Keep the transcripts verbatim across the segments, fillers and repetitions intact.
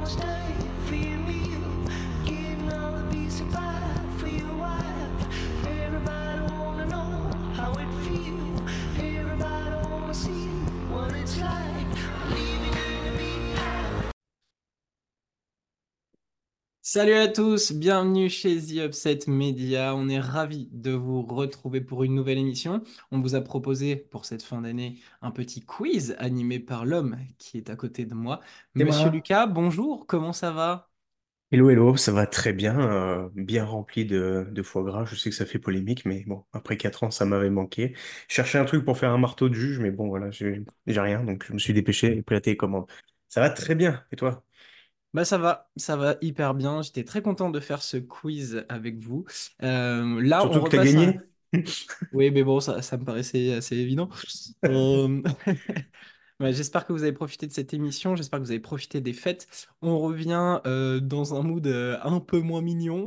Salut à tous, bienvenue chez The Upset Media. On est ravis de vous retrouver pour une nouvelle émission. On vous a proposé pour cette fin d'année un petit quiz animé par l'homme qui est à côté de moi. C'est Monsieur moi. Lucas, bonjour, comment ça va? Hello, hello, ça va très bien, euh, bien rempli de, de foie gras. Je sais que ça fait polémique, mais bon, après quatre ans, ça m'avait manqué. Je cherchais un truc pour faire un marteau de juge, mais bon, voilà, j'ai j'ai rien, donc je me suis dépêché et pris la télécommande. Ça va très bien, et toi? Bah ça va, ça va hyper bien. J'étais très content de faire ce quiz avec vous. Euh, là, on Surtout que t'as repasse un... gagné? Oui, mais bon, ça, ça me paraissait assez évident. Euh, Ouais, j'espère que vous avez profité de cette émission, j'espère que vous avez profité des fêtes. On revient euh, dans un mood euh, un peu moins mignon.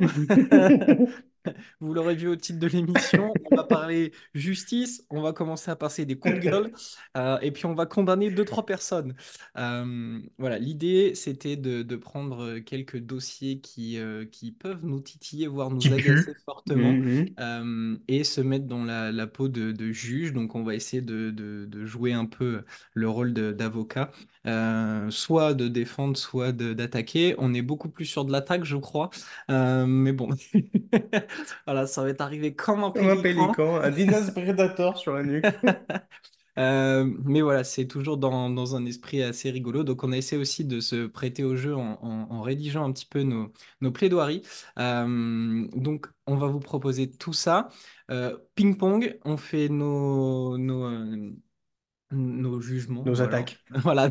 Vous l'aurez vu au titre de l'émission, on va parler justice, on va commencer à passer des coups de gueule, euh, et puis on va condamner deux, trois personnes. Euh, voilà, l'idée, c'était de, de prendre quelques dossiers qui, euh, qui peuvent nous titiller, voire Qui nous agacer pue. fortement, Mhm. euh, et se mettre dans la, la peau de, de juge. Donc, on va essayer de, de- de jouer un peu le rôle de- d'avocat, euh, soit de défendre, soit de- d'attaquer. On est beaucoup plus sur de l'attaque, je crois. Euh, mais bon. Voilà, ça va être arrivé comme un Comme un pélican. pélican, un Dinas Predator sur la nuque. Euh, mais voilà, c'est toujours dans, dans un esprit assez rigolo. Donc, on a essayé aussi de se prêter au jeu en, en- en rédigeant un petit peu nos, nos plaidoiries. Euh, donc, on va vous proposer tout ça. Euh, ping-pong, on fait nos, nos, euh, nos jugements, Nos voilà. attaques. Voilà.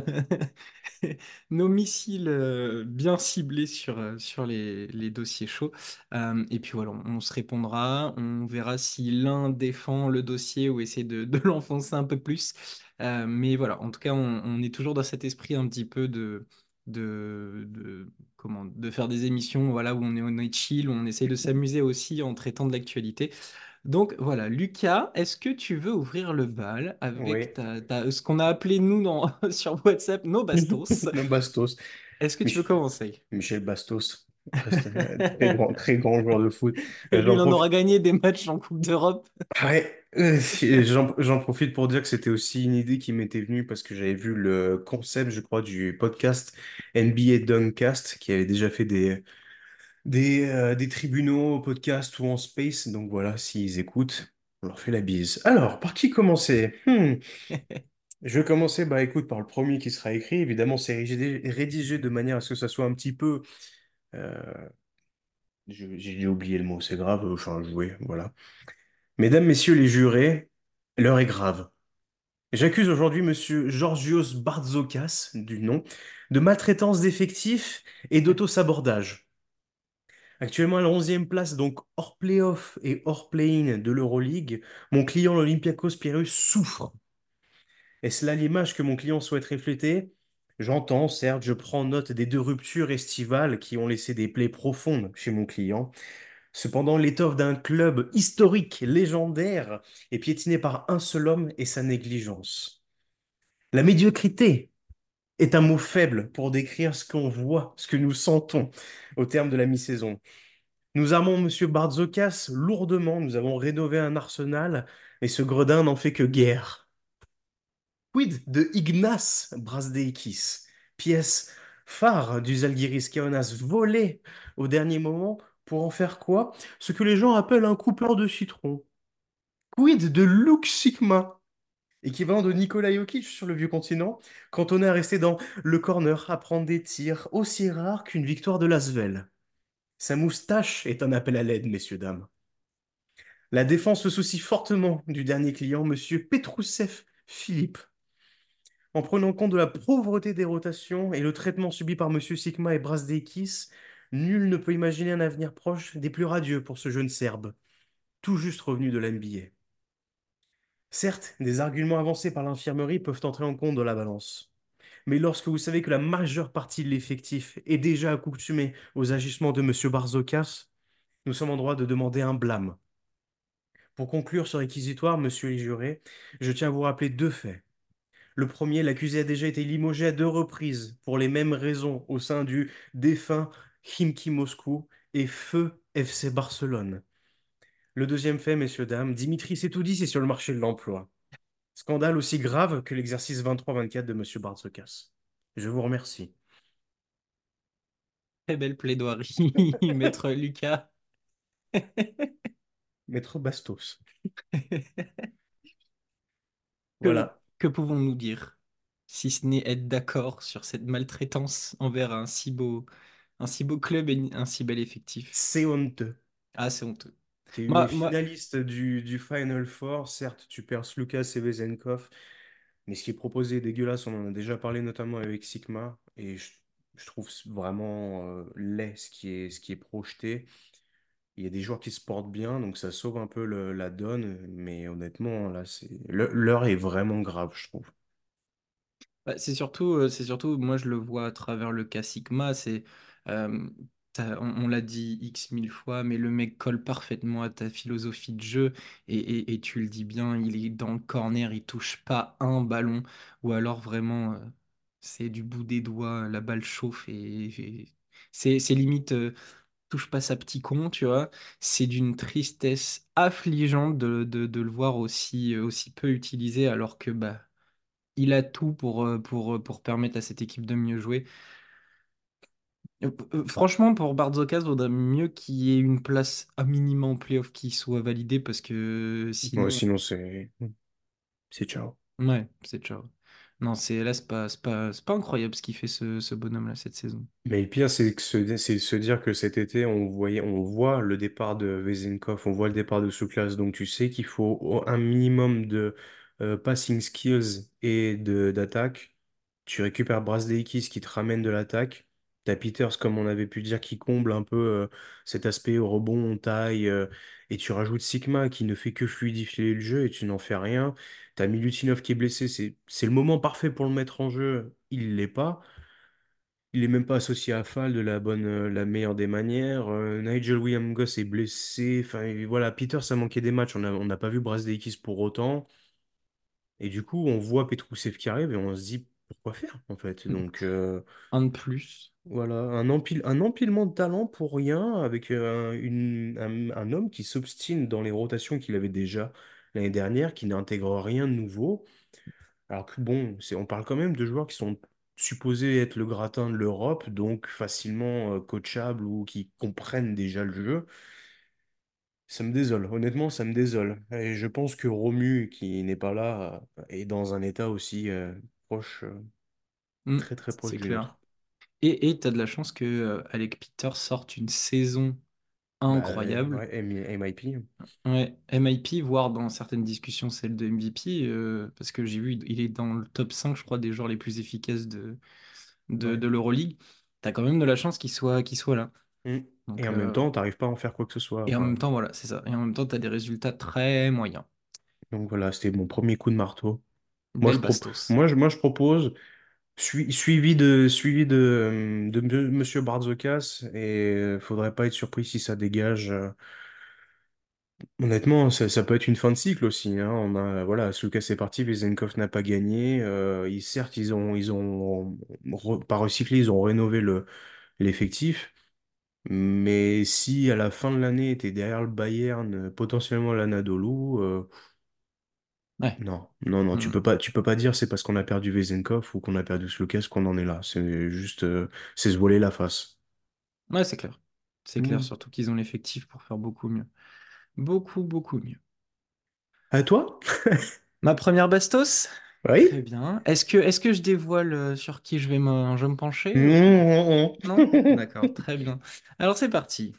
Nos missiles euh, bien ciblés sur, euh, sur les, les dossiers chauds. Euh, et puis voilà, on, on se répondra. On verra si l'un défend le dossier ou essaie de, de l'enfoncer un peu plus. Euh, mais voilà, en tout cas, on, on est toujours dans cet esprit un petit peu de, de, de, comment, de faire des émissions voilà, où on est, on est chill, où on essaye de s'amuser aussi en traitant de l'actualité. Donc voilà, Lucas, est-ce que tu veux ouvrir le bal avec Oui. ta, ta- ce qu'on a appelé nous dans, sur WhatsApp nos bastos? Nos Bastos. Est-ce que tu veux Mich- commencer? Michel Bastos. Très, très grand, très grand joueur de foot. Et Euh, lui, J'en il en profite. aura gagné des matchs en Coupe d'Europe. Ouais, euh, si- j'en j'en profite pour dire que c'était aussi une idée qui m'était venue parce que j'avais vu le concept, je crois, du podcast N B A Dunkcast qui avait déjà fait des, des, euh, des tribunaux au podcast ou en space. Donc voilà, s'ils écoutent, on leur fait la bise. Alors, par qui commencer? Hmm, Je vais commencer, bah écoute, par le premier qui sera écrit. Évidemment, c'est rédigé, rédigé de manière à ce que ça soit un petit peu... euh, je- j'ai oublié le mot, c'est grave, enfin, joué, voilà. Mesdames, messieurs les jurés, l'heure est grave. J'accuse aujourd'hui Monsieur Georgios Bartzokas, du nom, de maltraitance d'effectifs et d'auto-sabordage. Actuellement à la onzième place, donc hors play-off et hors play-in de l'Euroleague, mon client l'Olympiakos Piraeus souffre. Est-ce là l'image que mon client souhaite refléter? J'entends, certes, je prends note des deux ruptures estivales qui ont laissé des plaies profondes chez mon client. Cependant, l'étoffe d'un club historique, légendaire, est piétinée par un seul homme et sa négligence. La médiocrité est un mot faible pour décrire ce qu'on voit, ce que nous sentons au terme de la mi-saison. Nous armons Monsieur Bartzokas lourdement, nous avons rénové un arsenal, et ce gredin n'en fait que guerre. Quid de Ignace Brasdeikis, pièce phare du Zalgiris Kaunas volée au dernier moment pour en faire quoi? Ce que les gens appellent un coupeur de citron. Quid de Luke Sigma, équivalent de Nikola Jokic sur le vieux continent, quand on est resté dans le corner à prendre des tirs aussi rares qu'une victoire de l'Asvel. Sa moustache est un appel à l'aide, messieurs, dames. La défense se soucie fortement du dernier client, monsieur Petrousev Philippe. En prenant compte de la pauvreté des rotations et le traitement subi par monsieur Sigma et Brasdeikis, nul ne peut imaginer un avenir proche des plus radieux pour ce jeune Serbe, tout juste revenu de l'N B A. Certes, des arguments avancés par l'infirmerie peuvent entrer en compte dans la balance. Mais lorsque vous savez que la majeure partie de l'effectif est déjà accoutumée aux agissements de monsieur Barzokas, nous sommes en droit de demander un blâme. Pour conclure ce réquisitoire, monsieur les jurés, je tiens à vous rappeler deux faits. Le premier, l'accusé a déjà été limogé à deux reprises pour les mêmes raisons au sein du défunt Khimki Moscou et Feu F C Barcelone. Le deuxième fait, messieurs, dames, Dimitri Setoudi, c'est sur le marché de l'emploi. Scandale aussi grave que l'exercice vingt-trois vingt-quatre de monsieur Bartzokas. Je vous remercie. Très belle plaidoirie, maître Lucas. Maître Bastos. Que, Voilà. que pouvons-nous dire, si ce n'est être d'accord sur cette maltraitance envers un si beau, un si beau club et un si bel effectif? C'est honteux. Ah, c'est honteux. T'es une des Moi, moi, finalistes du, du Final Four. Certes, tu perds Lucas et Vezenkov, mais ce qui est proposé est dégueulasse. On en a déjà parlé notamment avec Sigma, et je, je trouve vraiment euh, laid ce qui est, ce qui est projeté. Il y a des joueurs qui se portent bien, donc ça sauve un peu le- la donne, mais honnêtement, là, c'est le- l'heure est vraiment grave, je trouve. bah, c'est surtout, euh, c'est surtout, moi je le vois à travers le cas Sigma, c'est, euh, t'as- on, on l'a dit X mille fois, mais le mec colle parfaitement à ta philosophie de jeu et, et- et tu le dis bien, il est dans le corner, il touche pas un ballon ou alors vraiment, euh, c'est du bout des doigts, la balle chauffe et, et c'est c'est limite, euh, touche pas sa petit con, tu vois. C'est d'une tristesse affligeante de, de, de le voir aussi, aussi peu utilisé alors que bah il a tout pour, euh, pour, euh, pour permettre à cette équipe de mieux jouer. Euh, euh, Franchement, pour Barzokas, il vaudrait mieux qu'il y ait une place à minima en playoff qui soit validée parce que Ouais, sinon, sinon, c'est c'est ciao. ouais, c'est ciao. Non, c'est là, c'est pas, c'est pas, c'est pas incroyable ce qu'il fait ce, ce bonhomme-là cette saison. Mais le pire, c'est que se, c'est de se dire que cet été, on voyait, on voit le départ de Vezenkov, on voit le départ de Souklas, donc tu sais qu'il faut un minimum de euh, passing skills et de d'attaque. Tu récupères Brazdeikis qui te ramène de l'attaque. T'as Peters, comme on avait pu dire, qui comble un peu euh, cet aspect au rebond, on taille, euh, et tu rajoutes Sigma qui ne fait que fluidifier le jeu et tu n'en fais rien. T'as Milutinov qui est blessé, c'est c'est le moment parfait pour le mettre en jeu, il l'est pas. Il est même pas associé à Fall de la bonne, euh, la meilleure des manières. Euh, Nigel Williams-Goss est blessé. Enfin, et voilà, Peter, ça manquait des matchs. On a- on n'a pas vu Brazdeikis pour autant. Et du coup, on voit Petrousev qui arrive et on se dit pourquoi faire en fait. Donc euh, Un de plus. voilà, un empile, un empilement de talent pour rien avec euh, une, un, un homme qui s'obstine dans les rotations qu'il avait déjà l'année dernière, qui n'intègre rien de nouveau. Alors que bon, c'est, on parle quand même de joueurs qui sont supposés être le gratin de l'Europe, donc facilement euh, coachables ou qui comprennent déjà le jeu. Ça me désole, honnêtement, ça me désole. Et je pense que Romu, qui n'est pas là, euh, est dans un état aussi euh, proche, euh, Hmm, très très proche c'est du clair. nôtre. Et et t'as de la chance que euh, Alec Peters sorte une saison Bah euh, incroyable. ouais, M- MIP. Ouais, M I P, voire dans certaines discussions celle de M V P, euh, parce que j'ai vu, il est dans le top cinq, je crois, des joueurs les plus efficaces de, de, Ouais. de l'Euroleague. T'as quand même de la chance qu'il soit, qu'il soit là. Mm. Et Donc, en même euh, temps, t'arrives pas à en faire quoi que ce soit. et en Enfin, même temps, voilà, c'est ça. Et en même temps, t'as des résultats très moyens. donc voilà, c'était mon premier coup de marteau. Moi, je, Belle pro- bastos. moi, je, moi, je propose. Sui- Suivi de, suivi de, euh, de M- Monsieur Barzokas, et euh, faudrait pas être surpris si ça dégage. euh. Honnêtement, ça, ça peut être une fin de cycle aussi, hein. On a, voilà, Slukas est parti, Vezenkov n'a pas gagné. Euh, ils, certes, ils ont, ils ont re- pas recyclé, ils ont rénové le, l'effectif. Mais si à la fin de l'année, t'es derrière le Bayern, euh, potentiellement l'Anadolu, euh, Ouais. non, non, non, tu Hmm. peux pas, tu peux pas dire c'est parce qu'on a perdu Vezenkov ou qu'on a perdu Slukas qu'on en est là. C'est juste, euh, c'est se voiler la face. Ouais, c'est clair. C'est clair, Hmm. surtout qu'ils ont l'effectif pour faire beaucoup mieux. Beaucoup, beaucoup mieux. À toi? Ma première bastos? Très Oui? bien. Est-ce que, est-ce que je dévoile euh, sur qui je vais me, je vais me pencher ou... Non. Non? D'accord, très bien. Alors c'est parti.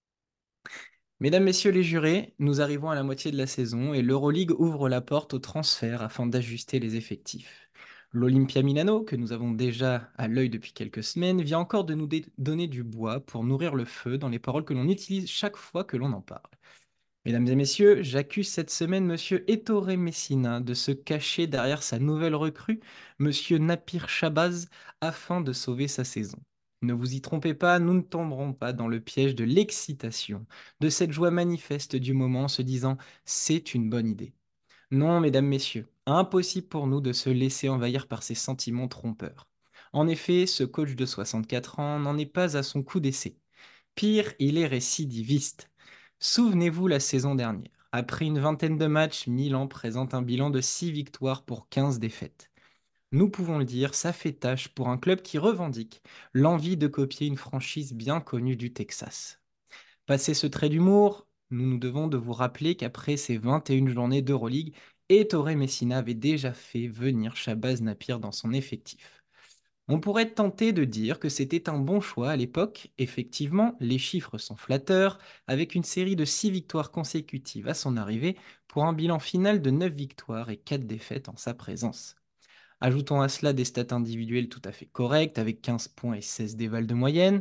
Mesdames, Messieurs les jurés, nous arrivons à la moitié de la saison et l'Euroleague ouvre la porte au transfert afin d'ajuster les effectifs. L'Olympia Milano, que nous avons déjà à l'œil depuis quelques semaines, vient encore de nous dé- donner du bois pour nourrir le feu dans les paroles que l'on utilise chaque fois que l'on en parle. Mesdames et messieurs, j'accuse cette semaine Monsieur Ettore Messina de se cacher derrière sa nouvelle recrue, Monsieur Napir Shabazz, afin de sauver sa saison. Ne vous y trompez pas, nous ne tomberons pas dans le piège de l'excitation, de cette joie manifeste du moment en se disant c'est une bonne idée. Non, mesdames, messieurs, Impossible pour nous de se laisser envahir par ces sentiments trompeurs. En effet, ce coach de soixante-quatre ans n'en est pas à son coup d'essai. Pire, il est récidiviste. Souvenez-vous la saison dernière. Après une vingtaine de matchs, Milan présente un bilan de six victoires pour quinze défaites. Nous pouvons le dire, ça fait tâche pour un club qui revendique l'envie de copier une franchise bien connue du Texas. Passé ce trait d'humour, nous nous devons de vous rappeler qu'après ces vingt et une journées d'Euroleague, Ettore Messina avait déjà fait venir Shabazz Napier dans son effectif. On pourrait tenter de dire que c'était un bon choix à l'époque. Effectivement, les chiffres sont flatteurs, avec une série de six victoires consécutives à son arrivée, pour un bilan final de neuf victoires et quatre défaites en sa présence. Ajoutons à cela des stats individuelles tout à fait correctes, avec quinze points et seize dévals de moyenne.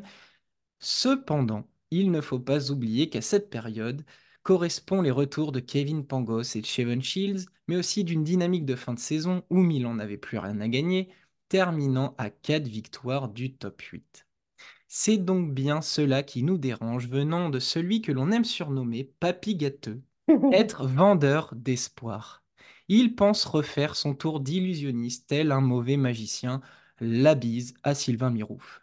Cependant, il ne faut pas oublier qu'à cette période correspond les retours de Kevin Pangos et de Shevon Shields, mais aussi d'une dynamique de fin de saison où Milan n'avait plus rien à gagner, terminant à quatre victoires du top huit. C'est donc bien cela qui nous dérange venant de celui que l'on aime surnommer Papy Gâteux, être vendeur d'espoir. Il pense refaire son tour d'illusionniste tel un mauvais magicien, la bise à Sylvain Mirouf.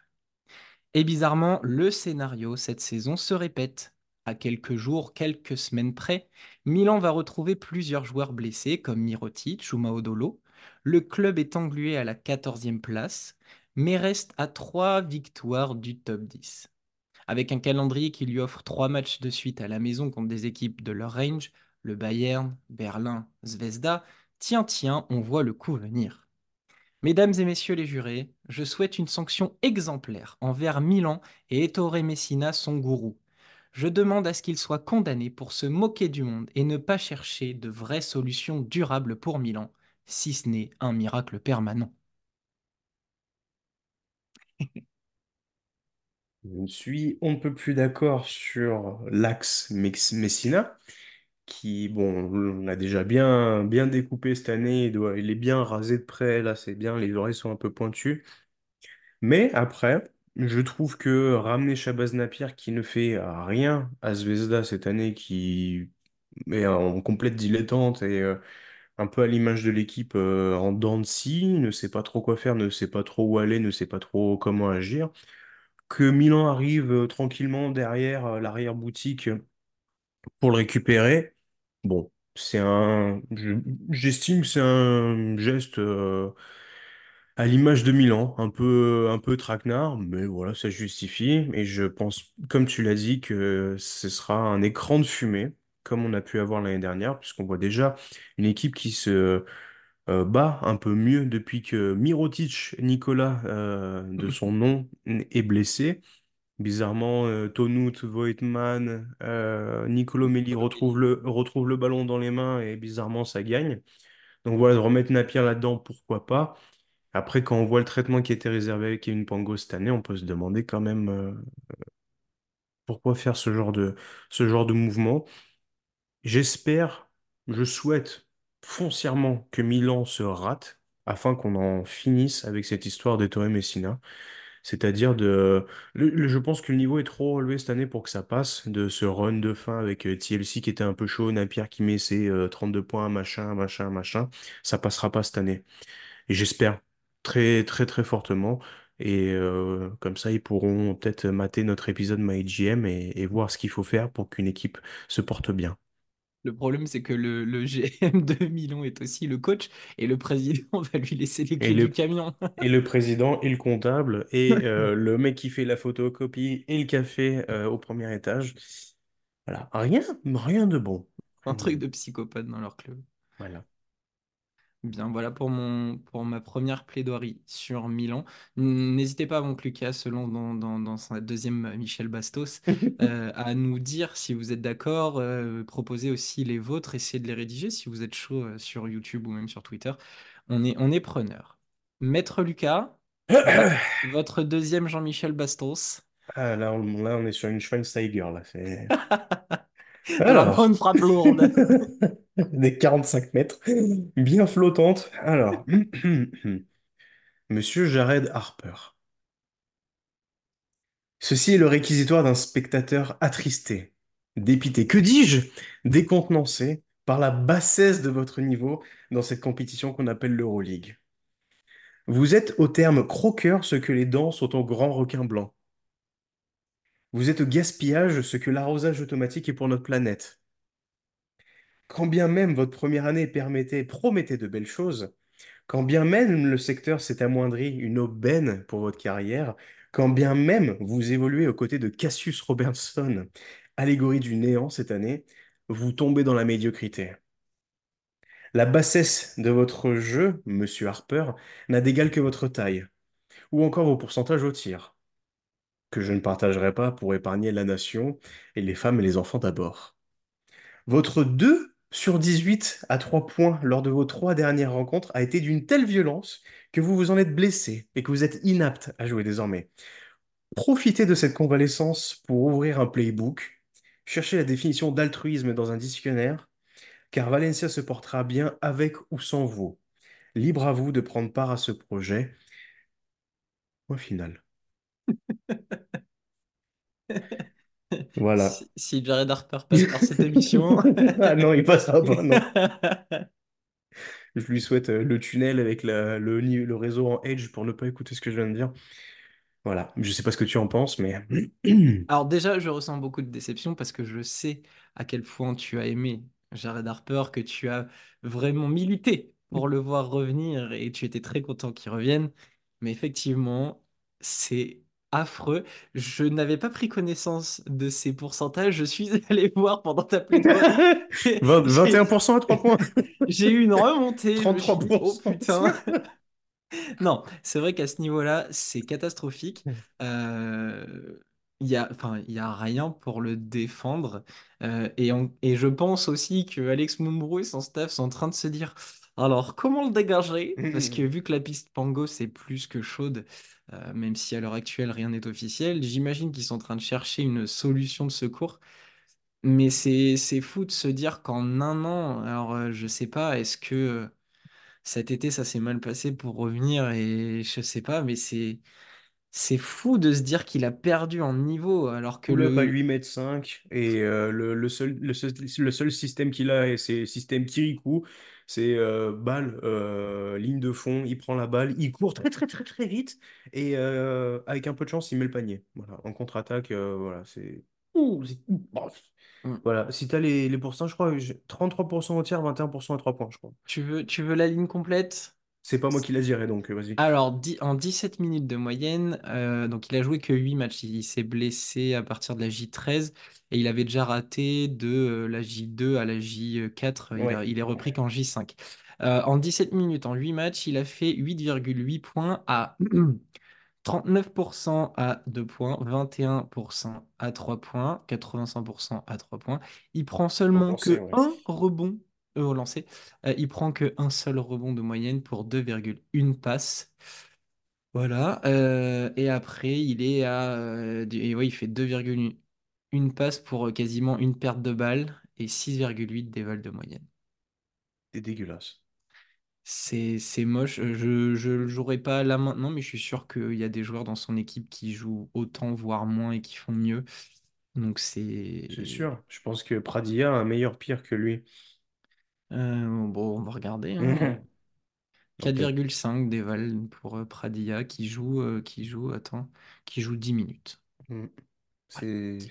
Et bizarrement, le scénario cette saison se répète. À quelques jours, quelques semaines près, Milan va retrouver plusieurs joueurs blessés comme Mirotic ou Maodolo. Le club est englué à la quatorzième place, mais reste à trois victoires du top dix. Avec un calendrier qui lui offre trois matchs de suite à la maison contre des équipes de leur range, le Bayern, Berlin, Zvezda, tiens tiens, on voit le coup venir. Mesdames et messieurs les jurés, je souhaite une sanction exemplaire envers Milan et Ettore Messina, son gourou. Je demande à ce qu'il soit condamné pour se moquer du monde et ne pas chercher de vraies solutions durables pour Milan, si ce n'est un miracle permanent. Je suis on ne peut plus d'accord sur l'axe Mex- Messina, qui, bon, on l'a déjà bien, bien découpé cette année, il doit, il est bien rasé de près, là c'est bien, les oreilles sont un peu pointues. Mais après, je trouve que ramener Shabazz Napier qui ne fait rien à Zvezda cette année, qui est en complète dilettante et euh, un peu à l'image de l'équipe euh, en dents de scie, ne sait pas trop quoi faire, ne sait pas trop où aller, ne sait pas trop comment agir, que Milan arrive euh, tranquillement derrière euh, l'arrière-boutique pour le récupérer. Bon, c'est un, je- j'estime que c'est un geste euh, à l'image de Milan, un peu, un peu traquenard, mais voilà, ça justifie. Et je pense, comme tu l'as dit, que ce sera un écran de fumée, comme on a pu avoir l'année dernière, puisqu'on voit déjà une équipe qui se euh, bat un peu mieux depuis que Mirotic, Nicolas, euh, de son nom, est blessé. Bizarrement, euh, Tonut, Voigtman, euh, Nicolo Melli retrouve le, retrouve le ballon dans les mains et bizarrement, ça gagne. Donc voilà, de remettre Napier là-dedans, pourquoi pas. Après, quand on voit le traitement qui était réservé avec Kevin Pango cette année, on peut se demander quand même euh, pourquoi faire ce genre de, ce genre de mouvement. J'espère, je souhaite foncièrement que Milan se rate afin qu'on en finisse avec cette histoire d'Ettore Messina. C'est-à-dire de... le- le- je pense que le niveau est trop relevé cette année pour que ça passe, de ce run de fin avec euh, T L C qui était un peu chaud, Napier qui met ses euh, trente-deux points, machin, machin, machin. Ça passera pas cette année. Et j'espère très très très fortement. Et euh, comme ça, ils pourront peut-être mater notre épisode MyGM et, et voir ce qu'il faut faire pour qu'une équipe se porte bien. Le problème, c'est que le, le G M de Milan est aussi le coach et le président va lui laisser les Et clés du le, camion. et le président et le comptable et euh, le mec qui fait la photocopie et le café euh, au premier étage. Voilà, rien, rien de bon. Un Rien de truc bon. de psychopathe dans leur club. Voilà. Bien, voilà pour mon, pour ma première plaidoirie sur Milan. N'hésitez pas avant que Lucas se lance dans, dans, dans sa deuxième euh, Michel Bastos euh, à nous dire si vous êtes d'accord, euh, proposez aussi les vôtres, essayez de les rédiger si vous êtes chaud euh, sur YouTube ou même sur Twitter. On est, on est preneur. Maître Lucas, vo- votre deuxième Jean-Michel Bastos. Ah, là, on, là, on est sur une Schweinsteiger, là. C'est... Vraiment une Alors, frappe lourde. des quarante-cinq mètres, bien flottante. Alors, Monsieur Jared Harper. Ceci est le réquisitoire d'un spectateur attristé, dépité, que dis-je, décontenancé, par la bassesse de votre niveau dans cette compétition qu'on appelle l'Euroleague. Vous êtes au terme croqueur ce que les dents sont au grand requin blanc. Vous êtes au gaspillage ce que l'arrosage automatique est pour notre planète. Quand bien même votre première année permettait, promettait de belles choses, quand bien même le secteur s'est amoindri, une aubaine pour votre carrière, quand bien même vous évoluez aux côtés de Cassius Robertson, allégorie du néant cette année, vous tombez dans la médiocrité. La bassesse de votre jeu, monsieur Harper, n'a d'égal que votre taille, ou encore vos pourcentages au tir, que je ne partagerai pas pour épargner la nation et les femmes et les enfants d'abord. Votre deux sur dix-huit à trois points lors de vos trois dernières rencontres a été d'une telle violence que vous vous en êtes blessé et que vous êtes inapte à jouer désormais. Profitez de cette convalescence pour ouvrir un playbook, cherchez la définition d'altruisme dans un dictionnaire, car Valencia se portera bien avec ou sans vous. Libre à vous de prendre part à ce projet. Point final. Voilà. Si, si Jared Harper passe par cette émission. Ah non, il passera pas, non. Je lui souhaite euh, le tunnel avec la- le, ni- le réseau en Edge pour ne pas écouter ce que je viens de dire. Voilà. Je sais pas ce que tu en penses, mais Alors déjà, je ressens beaucoup de déception parce que je sais à quel point tu as aimé Jared Harper, que tu as vraiment milité pour le voir revenir et tu étais très content qu'il revienne. Mais effectivement, c'est affreux. Je n'avais pas pris connaissance de ces pourcentages. Je suis allé voir pendant ta plaidoirie. vingt J'ai vingt et un pour cent à trois points. j'ai eu une remontée. Je me suis dit, oh trente-trois pour cent. putain. Non, c'est vrai qu'à ce niveau-là, c'est catastrophique. Euh, Il y a, enfin, il y a rien pour le défendre. Euh, et, on- et je pense aussi que Alex Mumbrou et son staff sont en train de se dire, alors, comment le dégager? Parce que vu que la piste Pango, c'est plus que chaude, euh, même si à l'heure actuelle, rien n'est officiel, j'imagine qu'ils sont en train de chercher une solution de secours. Mais c'est, c'est fou de se dire qu'en un an, alors, euh, je sais pas, est-ce que cet été, ça s'est mal passé pour revenir et je sais pas, mais c'est c'est fou de se dire qu'il a perdu en niveau alors que Pull up à le huit mètres cinq et euh, le, le seul, le, seul, le seul système qu'il a, et c'est le système Kirikou, c'est euh, balle, euh, ligne de fond, il prend la balle, il court très très très très vite et euh, avec un peu de chance, il met le panier. Voilà, en contre-attaque, euh, voilà, c'est... Ouh, c'est- ouh, bon. Hmm. Voilà, si tu as les, les pourcents, je crois, j'ai trente-trois pour cent au tir, vingt et un pour cent à trois points, je crois. tu veux tu veux la ligne complète? C'est pas moi qui la dirai, donc euh, vas-y. Alors, dix- en dix-sept minutes de moyenne, euh, donc il a joué que huit matchs. Il s'est blessé à partir de la J treize et il avait déjà raté de euh, la J deux à la J quatre. Il a, Ouais, il est repris qu'en J cinq. Euh, en dix-sept minutes, en huit matchs, il a fait huit virgule huit points à trente-neuf pour cent à deux points, vingt et un pour cent à trois points, quatre-vingt-cinq pour cent à trois points. Il prend on seulement en sait, que ouais. un rebond euh, au lancer. Euh, il prend que un seul rebond de moyenne pour deux virgule un passes. Voilà. Euh, et après, il est à. Euh, du- et ouais, il fait deux virgule un passes pour euh, quasiment une perte de balle et six virgule huit dévals de moyenne. C'est dégueulasse. C'est c'est moche. Je je le jouerai pas là maintenant, mais je suis sûr qu'il y a des joueurs dans son équipe qui jouent autant, voire moins, et qui font mieux. Donc C'est c'est... sûr. Je pense que Pradia a un meilleur pire que lui. euh, bon, on va regarder, hein. Mhm. Non, quatre peut-être. virgule cinq déval pour euh, Pradilla qui joue, euh, qui joue, attends, qui joue dix minutes. Mhm. Voilà. C'est...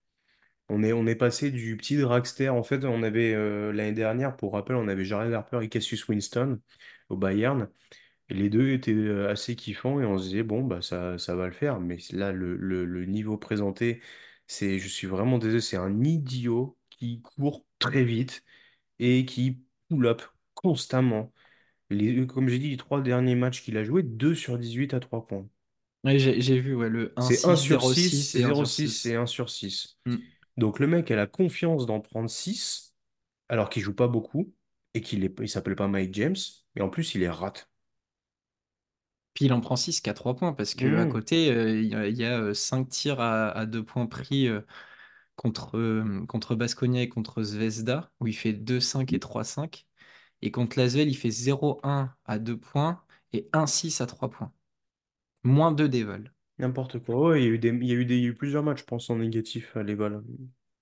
On est, on est passé du petit dragster. En fait, on avait euh, l'année dernière, pour rappel, on avait Jared Harper et Cassius Winston au Bayern. Et les deux étaient euh, assez kiffants et on se disait, bon, bah, ça, ça va le faire. Mais là, le, le, le niveau présenté, c'est, je suis vraiment désolé, c'est un idiot qui court très vite et qui pull up constamment. Les, comme j'ai dit, les trois derniers matchs qu'il a joué, deux sur dix-huit à trois points. Ouais, j'ai j'ai vu ouais, le un C'est un six sur zéro six, six c'est et un zéro sur six, c'est six. un sur six. Hmm. Donc le mec a la confiance d'en prendre six alors qu'il joue pas beaucoup, et qu'il est, il s'appelle pas Mike James, et en plus il est rate. Puis il en prend six qu'à trois points parce que à Mhm. côté, euh, il y a, il y a, cinq tirs à, à deux points pris euh, contre, euh, contre Baskonia et contre Zvezda, où il fait deux cinq et trois cinq. Et contre Lasvel, il fait zéro un à deux points et un six à trois points. Moins deux déval. N'importe quoi. Ouais, il y a eu des, il y a eu des, il y a eu plusieurs matchs, je pense, en négatif à les balles.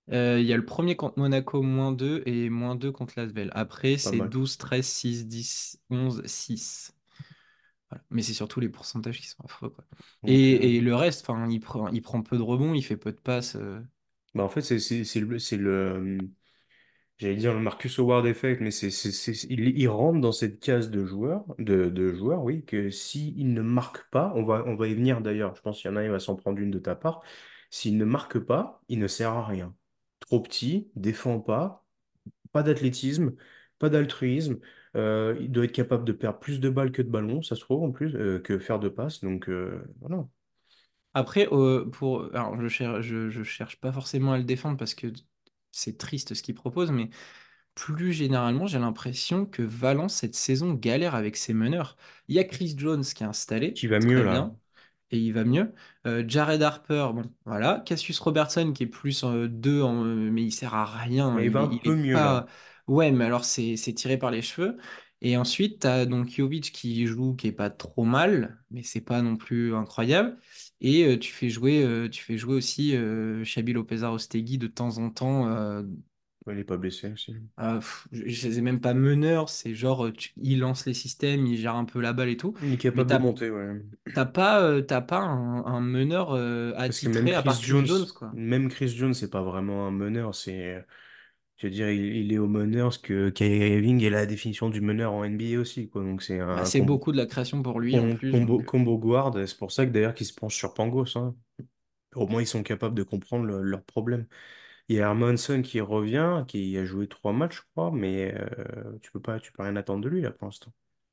Euh, Il y a le premier contre Monaco, moins deux et moins deux contre l'Asvel. Après, Pas c'est mal. douze, treize, six, dix, onze, six. Voilà. Mais c'est surtout les pourcentages qui sont affreux, quoi. Donc, euh, Et, et le reste, enfin, il prend, il prend peu de rebonds, il fait peu de passes. euh. bah en fait, c'est c'est- c'est le, c'est le, j'allais dire le Marcus Howard effect, mais c'est, c'est, c'est- il, il rentre dans cette case de joueurs, de, de joueurs, oui, que s'il ne marque pas, on va, on va y venir d'ailleurs, je pense qu'il y en a, il va s'en prendre une de ta part, s'il ne marque pas, il ne sert à rien. Trop petit, défend pas, pas d'athlétisme, pas d'altruisme, euh, il doit être capable de perdre plus de balles que de ballons, ça se trouve en plus, euh, que faire de passes, donc euh, voilà. Après, euh, pour, alors je cherche, je, je cherche pas forcément à le défendre parce que c'est triste ce qu'il propose, mais plus généralement, j'ai l'impression que Valence, cette saison, galère avec ses meneurs. Il y a Chris Jones qui est installé, Qui va mieux très là? bien, et il va mieux. Euh, Jared Harper, bon, voilà. Cassius Robertson qui est plus en deux, en- mais il sert à rien. Mais il Il va est, un il peu est mieux pas. là. Ouais, mais alors c'est c'est tiré par les cheveux. Et ensuite, tu as donc Jovic qui joue, qui est pas trop mal, mais c'est pas non plus incroyable. Et euh, tu fais jouer, euh, tu fais jouer aussi euh, Xabi Lopez-Arostegui de temps en temps. euh, Ouais, il est pas blessé aussi. ah, pff, je je sais même pas meneur, c'est genre euh, tu- il lance les systèmes, il gère un peu la balle et tout. Il est Mais capable de t'as monter, ouais. t'as pas, euh, t'as pas un, un meneur euh, Parce que même attitré à Chris part Chris Jones, Jones, quoi. même Chris Jones, c'est pas vraiment un meneur. C'est, je veux dire, il, il est au meneur ce que Kyrie Irving est la définition du meneur en N B A aussi, quoi. Donc c'est Bah, un c'est combo, beaucoup de la création pour lui en com- plus, combo, donc. euh. combo guard. C'est pour ça que d'ailleurs qu'ils se penchent sur Pangos, hein. Au moins ils sont capables de comprendre le- leurs problèmes. Il y a Hermanson qui revient, qui a joué trois matchs, je crois, mais euh, tu peux pas, tu peux rien attendre de lui là pour l'instant.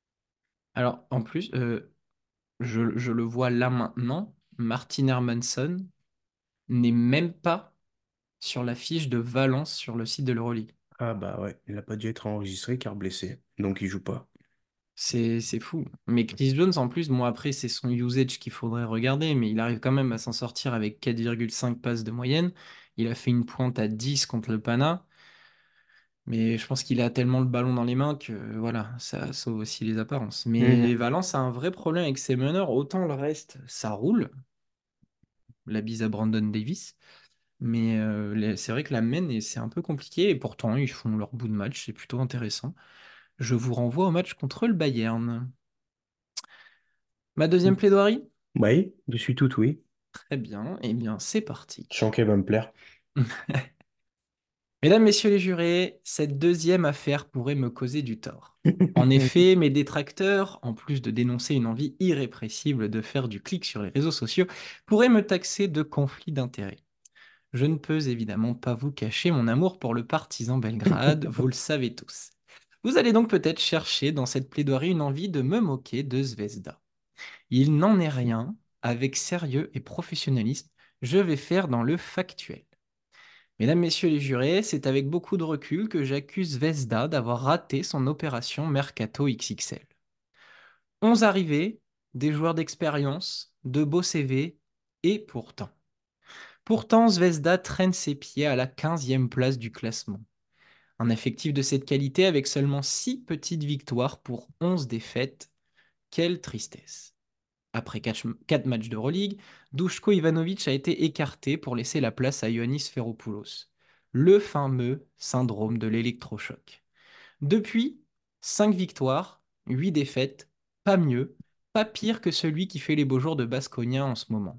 Alors en plus, euh, je, je le vois là maintenant, Martin Hermanson n'est même pas sur la fiche de Valence sur le site de l'Euroleague. Ah bah ouais, il n'a pas dû être enregistré car blessé, donc il joue pas. C'est, c'est fou. Mais Chris Jones, en plus, bon, après, c'est son usage qu'il faudrait regarder, mais il arrive quand même à s'en sortir avec quatre virgule cinq passes de moyenne. Il a fait une pointe à dix contre le Pana, mais je pense qu'il a tellement le ballon dans les mains que voilà, ça sauve aussi les apparences. Mais Mhm. Valence a un vrai problème avec ses meneurs. Autant le reste, ça roule. La bise à Brandon Davis. Mais euh, les- c'est vrai que la main, et c'est un peu compliqué, et pourtant, ils font leur bout de match, c'est plutôt intéressant. Je vous renvoie au match contre le Bayern. Ma deuxième plaidoirie? Oui, je suis tout oui. Très bien, eh bien c'est parti. Je sens qu'elle va me plaire. Mesdames, messieurs les jurés, cette deuxième affaire pourrait me causer du tort. En effet, mes détracteurs, en plus de dénoncer une envie irrépressible de faire du clic sur les réseaux sociaux, pourraient me taxer de conflit d'intérêts. Je ne peux évidemment pas vous cacher mon amour pour le partisan Belgrade, vous le savez tous. Vous allez donc peut-être chercher dans cette plaidoirie une envie de me moquer de Zvezda. Il n'en est rien, avec sérieux et professionnalisme, je vais faire dans le factuel. Mesdames, messieurs les jurés, c'est avec beaucoup de recul que j'accuse Vesda d'avoir raté son opération Mercato X X L. onze arrivées, des joueurs d'expérience, de beaux C V, et pourtant. Pourtant, Zvezda traîne ses pieds à la quinzième place du classement. Un effectif de cette qualité avec seulement six petites victoires pour onze défaites, quelle tristesse. Après quatre matchs d'Euroleague, Duško Ivanovic a été écarté pour laisser la place à Ioannis Ferropoulos. Le fameux syndrome de l'électrochoc. Depuis, cinq victoires, huit défaites, pas mieux, pas pire que celui qui fait les beaux jours de Baskonia en ce moment.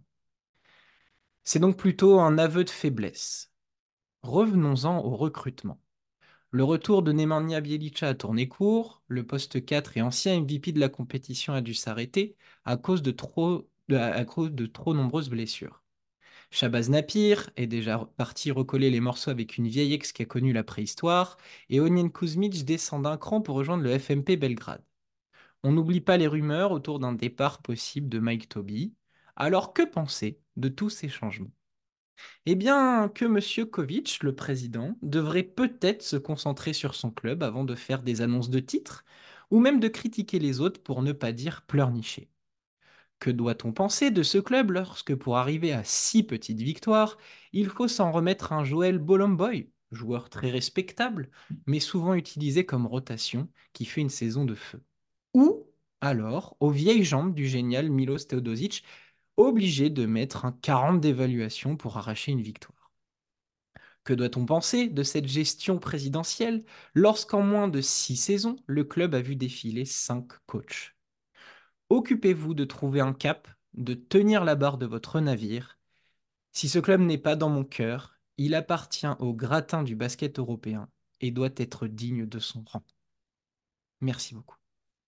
C'est donc plutôt un aveu de faiblesse. Revenons-en au recrutement. Le retour de Nemanja Bjelica a tourné court, le poste quatre et ancien M V P de la compétition a dû s'arrêter à cause de trop, de- à cause de trop nombreuses blessures. Shabazz Napir est déjà parti recoller les morceaux avec une vieille ex qui a connu la préhistoire, et Onyen Kuzmic descend d'un cran pour rejoindre le F M P Belgrade. On n'oublie pas les rumeurs autour d'un départ possible de Mike Toby. Alors que penser de tous ces changements? Eh bien, que Monsieur Kovic, le président, devrait peut-être se concentrer sur son club avant de faire des annonces de titres, ou même de critiquer les autres pour ne pas dire pleurnicher. Que doit-on penser de ce club lorsque pour arriver à six petites victoires, il faut s'en remettre à un Joël Bolomboy, joueur très respectable, mais souvent utilisé comme rotation, qui fait une saison de feu. Ou alors aux vieilles jambes du génial Milos Teodosic, obligé de mettre un quarante d'évaluation pour arracher une victoire. Que doit-on penser de cette gestion présidentielle lorsqu'en moins de six saisons, le club a vu défiler cinq coachs? Occupez-vous de trouver un cap, de tenir la barre de votre navire. Si ce club n'est pas dans mon cœur, il appartient au gratin du basket européen et doit être digne de son rang. Merci beaucoup.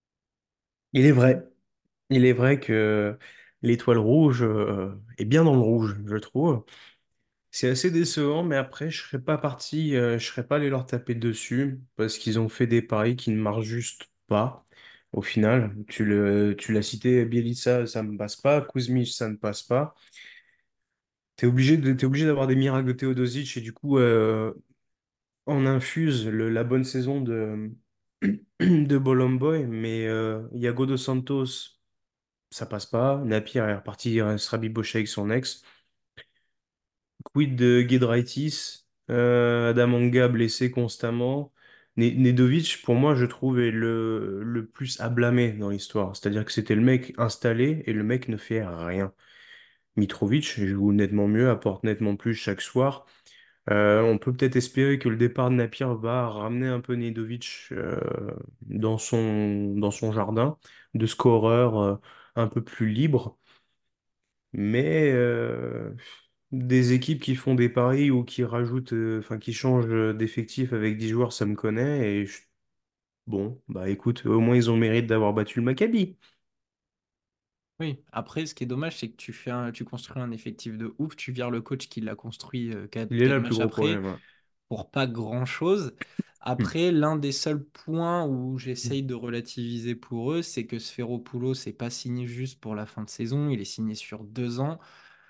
Il est vrai. Il est vrai que l'étoile rouge euh, est bien dans le rouge, je trouve. C'est assez décevant, mais après, je serais pas parti, euh, je serais pas allé leur taper dessus parce qu'ils ont fait des paris qui ne marchent juste pas. Au final, tu le, tu l'as cité, Bielitsa, ça ne passe pas, Kuzmich, ça ne passe pas. T'es obligé de, t'es obligé d'avoir des miracles de Teodosic et du coup, euh, on infuse le- la bonne saison de, de Bolomboy, mais euh, Iago dos Santos, ça passe pas. Napier est reparti, il se rabibocher avec son ex. Quid de Giedraitis, euh, Adam Anga blessé constamment. Ne- Nedovic, pour moi, je trouve, est le, le plus à blâmer dans l'histoire. C'est-à-dire que c'était le mec installé et le mec ne fait rien. Mitrovic joue nettement mieux, apporte nettement plus chaque soir. Euh, on peut peut-être espérer que le départ de Napier va ramener un peu Nedovic euh, dans son, dans son jardin de scoreur euh, un peu plus libre. Mais euh, des équipes qui font des paris ou qui rajoutent, euh, enfin qui changent d'effectif avec dix joueurs, ça me connaît. Et je- bon, bah écoute, au moins ils ont le mérite d'avoir battu le Maccabi. Oui, après, ce qui est dommage, c'est que tu fais un- tu construis un effectif de ouf, tu vires le coach qui l'a construit euh, quatre, Il est là quatre le plus matchs gros après problème. Ouais. pour pas grand-chose. Hmm. Après, l'un des seuls points où j'essaye de relativiser pour eux, c'est que Sféropoulos c'est pas signé juste pour la fin de saison, il est signé sur deux ans.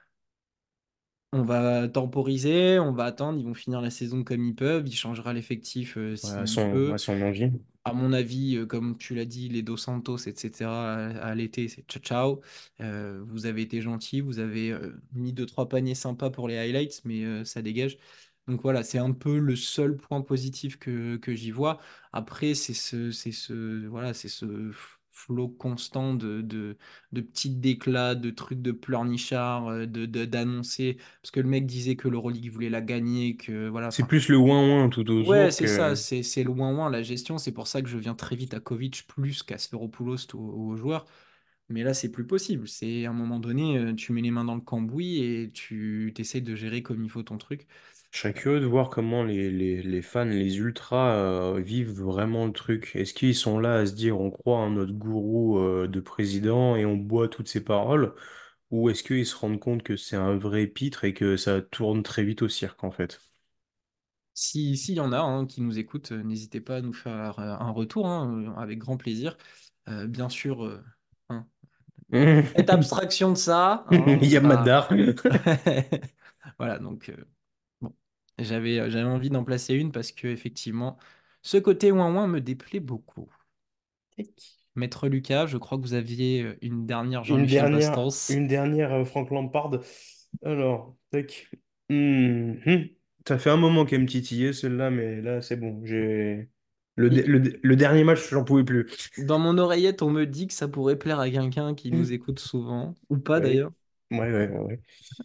On va temporiser, on va attendre, ils vont finir la saison comme ils peuvent, il changera l'effectif euh, Ouais, à s'il son, à peut. son envie. À mon avis, euh, comme tu l'as dit, les Dos Santos, et cetera, à, à l'été, c'est ciao ciao. Euh, vous avez été gentil, vous avez euh, mis deux, trois paniers sympas pour les highlights, mais euh, ça dégage. Donc voilà, c'est un peu le seul point positif que, que j'y vois. Après, c'est ce, c'est ce, voilà, c'est ce f- flot constant de, de, de petits déclats, de trucs de pleurnichard, euh, de, de- d'annoncer. Parce que le mec disait que l'Euroleague voulait la gagner, que voilà, C'est enfin. plus le ouin-ouin tout Ouais, autour c'est ça, que c'est c'est le ouin-ouin, la gestion. C'est pour ça que je viens très vite à Kovic plus qu'à Sféropoulos ou aux, aux joueurs. Mais là, c'est plus possible. C'est à un moment donné, euh, tu mets les mains dans le cambouis et tu t'essayes de gérer comme il faut ton truc. je serais curieux de voir comment les, les, les fans, les ultras euh, vivent vraiment le truc. Est-ce qu'ils sont là à se dire on croit en notre gourou euh, de président et on boit toutes ses paroles? Ou est-ce qu'ils se rendent compte que c'est un vrai pitre et que ça tourne très vite au cirque en fait? Si, s'il y en a hein, qui nous écoutent, euh, n'hésitez pas à nous faire euh, un retour, hein, euh, avec grand plaisir. Euh, bien sûr, euh, hein, faites abstraction de ça. Hein, on n'est pas. Yamadar. Voilà, donc. euh, Bon, j'avais euh, j'avais envie d'en placer une parce que effectivement, ce côté ouin-ouin me déplaît beaucoup. Maître Lucas, je crois que vous aviez euh, une dernière Une Jean-Michel dernière, Bastos. une dernière euh, Frank Lampard. Alors, tac. Mhm. Ça fait un moment qu'elle me titillait celle-là, mais là c'est bon. J'ai le, Et de- le, de- le dernier match, j'en pouvais plus. dans mon oreillette, on me dit que ça pourrait plaire à quelqu'un qui nous Mhm. écoute souvent, ou pas Ouais, d'ailleurs. ouais, ouais, ouais. Ouais.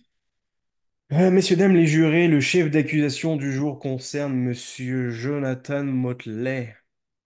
Euh, messieurs, dames, les jurés, le chef d'accusation du jour concerne Monsieur Jonathan Motley.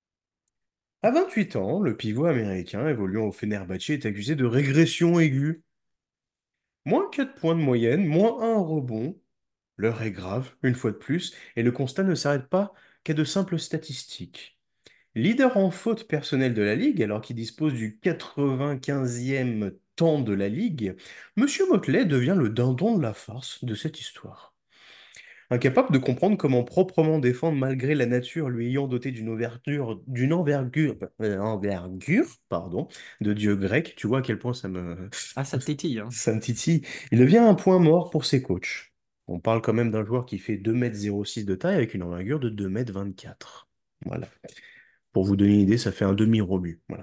À vingt-huit ans, le pivot américain évoluant au Fenerbahçe est accusé de régression aiguë. Moins quatre points de moyenne, moins un rebond. L'heure est grave, une fois de plus, et le constat ne s'arrête pas qu'à de simples statistiques. Leader en faute personnelle de la Ligue, alors qu'il dispose du quatre-vingt-quinzième temps de la Ligue, Monsieur Motley devient le dindon de la farce de cette histoire. Incapable de comprendre comment proprement défendre malgré la nature lui ayant doté d'une ouverture, d'une envergure, euh, envergure, pardon, de dieu grec, tu vois à quel point ça me, Ah, ça te tétille, hein. ça me titille. Il devient un point mort pour ses coachs. On parle quand même d'un joueur qui fait deux mètres zéro six de taille avec une envergure de deux mètres vingt-quatre. Voilà. Pour vous donner une idée, ça fait un demi-romu. Voilà.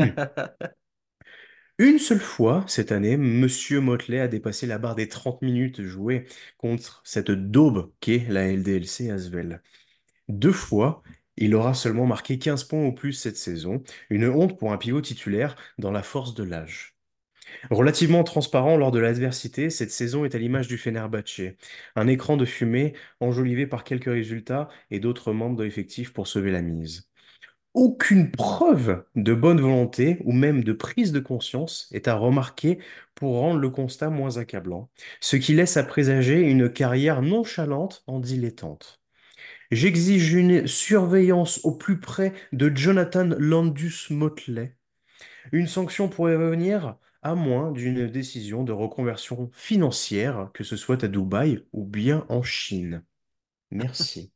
Une seule fois cette année, Monsieur Motley a dépassé la barre des trente minutes jouées contre cette daube qu'est la L D L C Asvel. Deux fois, il aura seulement marqué quinze points au plus cette saison, une honte pour un pivot titulaire dans la force de l'âge. Relativement transparent lors de l'adversité, cette saison est à l'image du Fenerbahçe. Un écran de fumée enjolivé par quelques résultats et d'autres membres de l'effectif pour sauver la mise. Aucune preuve de bonne volonté ou même de prise de conscience est à remarquer pour rendre le constat moins accablant, ce qui laisse à présager une carrière nonchalante en dilettante. J'exige une surveillance au plus près de Jonathan Landus-Motley. Une sanction pourrait revenir à moins d'une décision de reconversion financière, que ce soit à Dubaï ou bien en Chine. Merci.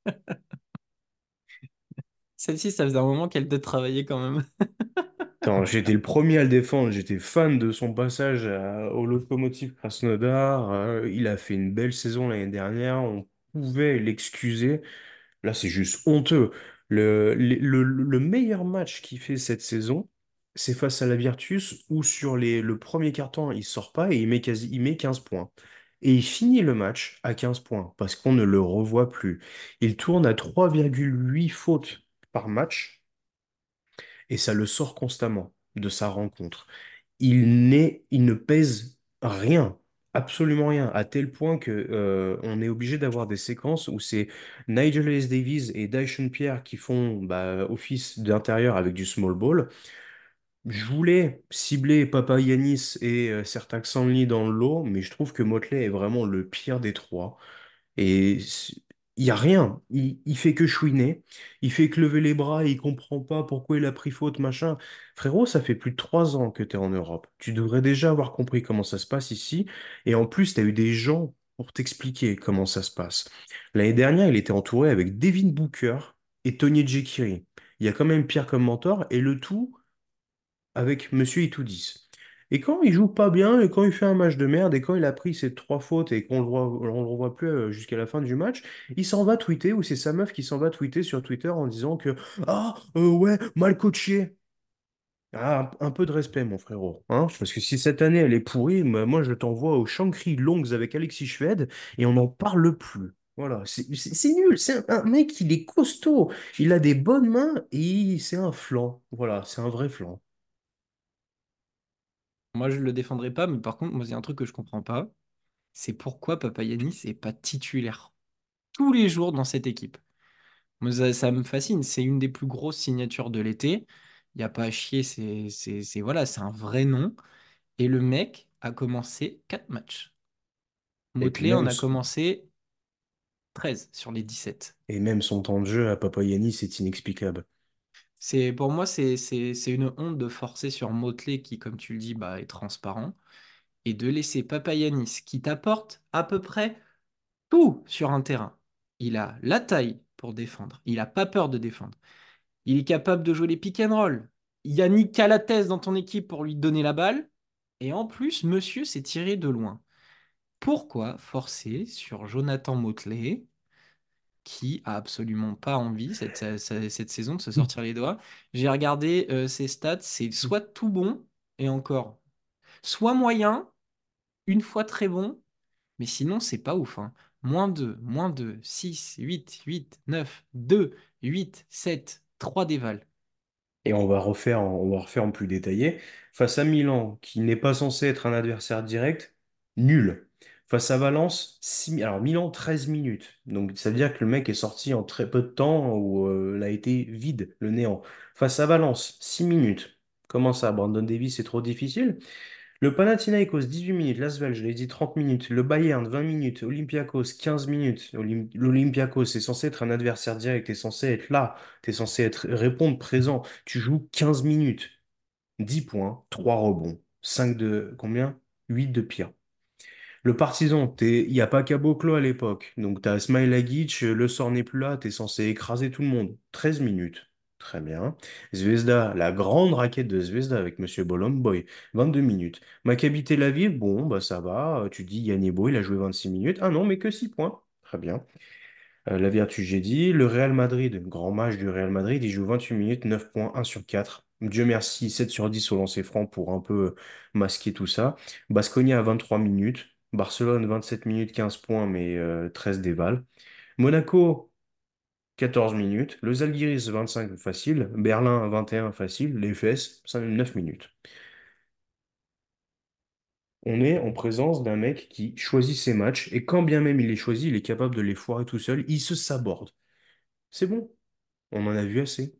Celle-ci, ça faisait un moment qu'elle te travaillait quand même. Attends, j'étais le premier à le défendre, j'étais fan de son passage à- au Lokomotiv Krasnodar. Euh, il a fait une belle saison l'année dernière, on pouvait l'excuser. Là, c'est juste honteux. Le, le, le- le meilleur match qu'il fait cette saison, c'est face à la Virtus, où sur les, le premier carton, il sort pas et il met, quasi, il met quinze points. Et il finit le match à quinze points, parce qu'on ne le revoit plus. Il tourne à trois virgule huit fautes par match, et ça le sort constamment de sa rencontre. Il n'est, il ne pèse rien, absolument rien, à tel point que euh, on est obligé d'avoir des séquences où c'est Nigel Hayes Davies et Dyson Pierre qui font bah, office d'intérieur avec du small ball. Je voulais cibler Papa Yanis et euh, certains Lee dans le lot, mais je trouve que Motley est vraiment le pire des trois. Et c- il y a rien. Il, il fait que chouiner. Il fait que lever les bras et il comprend pas pourquoi il a pris faute, machin. Frérot, ça fait plus de trois ans que tu es en Europe. Tu devrais déjà avoir compris comment ça se passe ici. Et en plus, tu as eu des gens pour t'expliquer comment ça se passe. L'année dernière, il était entouré avec Devin Booker et Tony Jekiri. Il y a quand même Pierre comme mentor et le tout avec Monsieur Itoudis. Et quand il joue pas bien, et quand il fait un match de merde, et quand il a pris ses trois fautes et qu'on le voit, on le revoit plus euh, jusqu'à la fin du match, il s'en va tweeter, ou c'est sa meuf qui s'en va tweeter sur Twitter en disant que ah euh, ouais, mal coaché. Ah, un, un peu de respect, mon frérot, hein, parce que si cette année elle est pourrie, moi moi, je t'envoie au Shankri Longs avec Alexis Shved et on n'en parle plus. Voilà, c'est c'est- c'est nul, c'est un, un mec, il est costaud, il a des bonnes mains et c'est un flanc. Voilà, c'est un vrai flanc. Moi, je le défendrai pas, mais par contre, moi, il y a un truc que je comprends pas, c'est pourquoi Papayanis n'est pas titulaire tous les jours dans cette équipe. Moi, ça, ça me fascine. C'est une des plus grosses signatures de l'été. Il n'y a pas à chier, c'est, c'est, c'est- voilà, c'est un vrai nom. Et le mec a commencé quatre matchs. Et puis Motley en même, a commencé treize sur les dix-sept. Et même son temps de jeu à Papayani, c'est inexplicable. C'est, pour moi, c'est, c'est, c'est une honte de forcer sur Motley qui, comme tu le dis, bah, est transparent, et de laisser Papayanis qui t'apporte à peu près tout sur un terrain. Il a la taille pour défendre. Il n'a pas peur de défendre. Il est capable de jouer les pick and roll. Il y a Nick Calates dans ton équipe pour lui donner la balle. Et en plus, monsieur s'est tiré de loin. Pourquoi forcer sur Jonathan Motley, qui a absolument pas envie cette, sa- sa- cette saison de se sortir les doigts? J'ai regardé euh, ses stats, c'est soit tout bon, et encore, soit moyen, une fois très bon, mais sinon, c'est pas ouf, hein. Moins deux, moins deux, six, huit, huit, neuf, deux, huit, sept, trois déval. Et on va refaire, en- on va refaire en plus détaillé. Face à Milan, qui n'est pas censé être un adversaire direct, nul. Face à Valence, six mi- alors Milan, treize minutes. Donc ça veut dire que le mec est sorti en très peu de temps où euh, il a été vide, le néant. Face à Valence, six minutes. Comment ça, Brandon Davis, c'est trop difficile? Le Panathinaikos, dix-huit minutes. L'Asvel, je l'ai dit, trente minutes. Le Bayern, vingt minutes. Olympiakos, quinze minutes. Olym- L'Olympiakos est censé être un adversaire direct. T'es censé être là. T'es censé être, répondre présent. Tu joues quinze minutes. dix points, trois rebonds. cinq de, combien? huit de pire. Le Partizan, t'es, il n'y a pas Caboclo à l'époque. Donc t'as Smail Agic, le sort n'est plus là. T'es censé écraser tout le monde. treize minutes. Très bien. Zvezda, la grande raquette de Zvezda avec Monsieur Bolomboy, vingt-deux minutes. Maccabi Tel Aviv, bon, bah ça va. Tu dis Yannebo, il a joué vingt-six minutes. Ah non, mais que six points. Très bien. Euh, la Virtus, j'ai dit. Le Real Madrid, grand match du Real Madrid, il joue vingt-huit minutes, neuf points, un sur quatre. Dieu merci, sept sur dix au lancer franc pour un peu masquer tout ça. Baskonia à vingt-trois minutes. Barcelone, vingt-sept minutes, quinze points, mais euh, treize déval. Monaco, quatorze minutes. Le Zalgiris, vingt-cinq facile. Berlin, vingt et un facile. Les F S, neuf minutes. On est en présence d'un mec qui choisit ses matchs et quand bien même il les choisit, il est capable de les foirer tout seul. Il se saborde. C'est bon. On en a vu assez.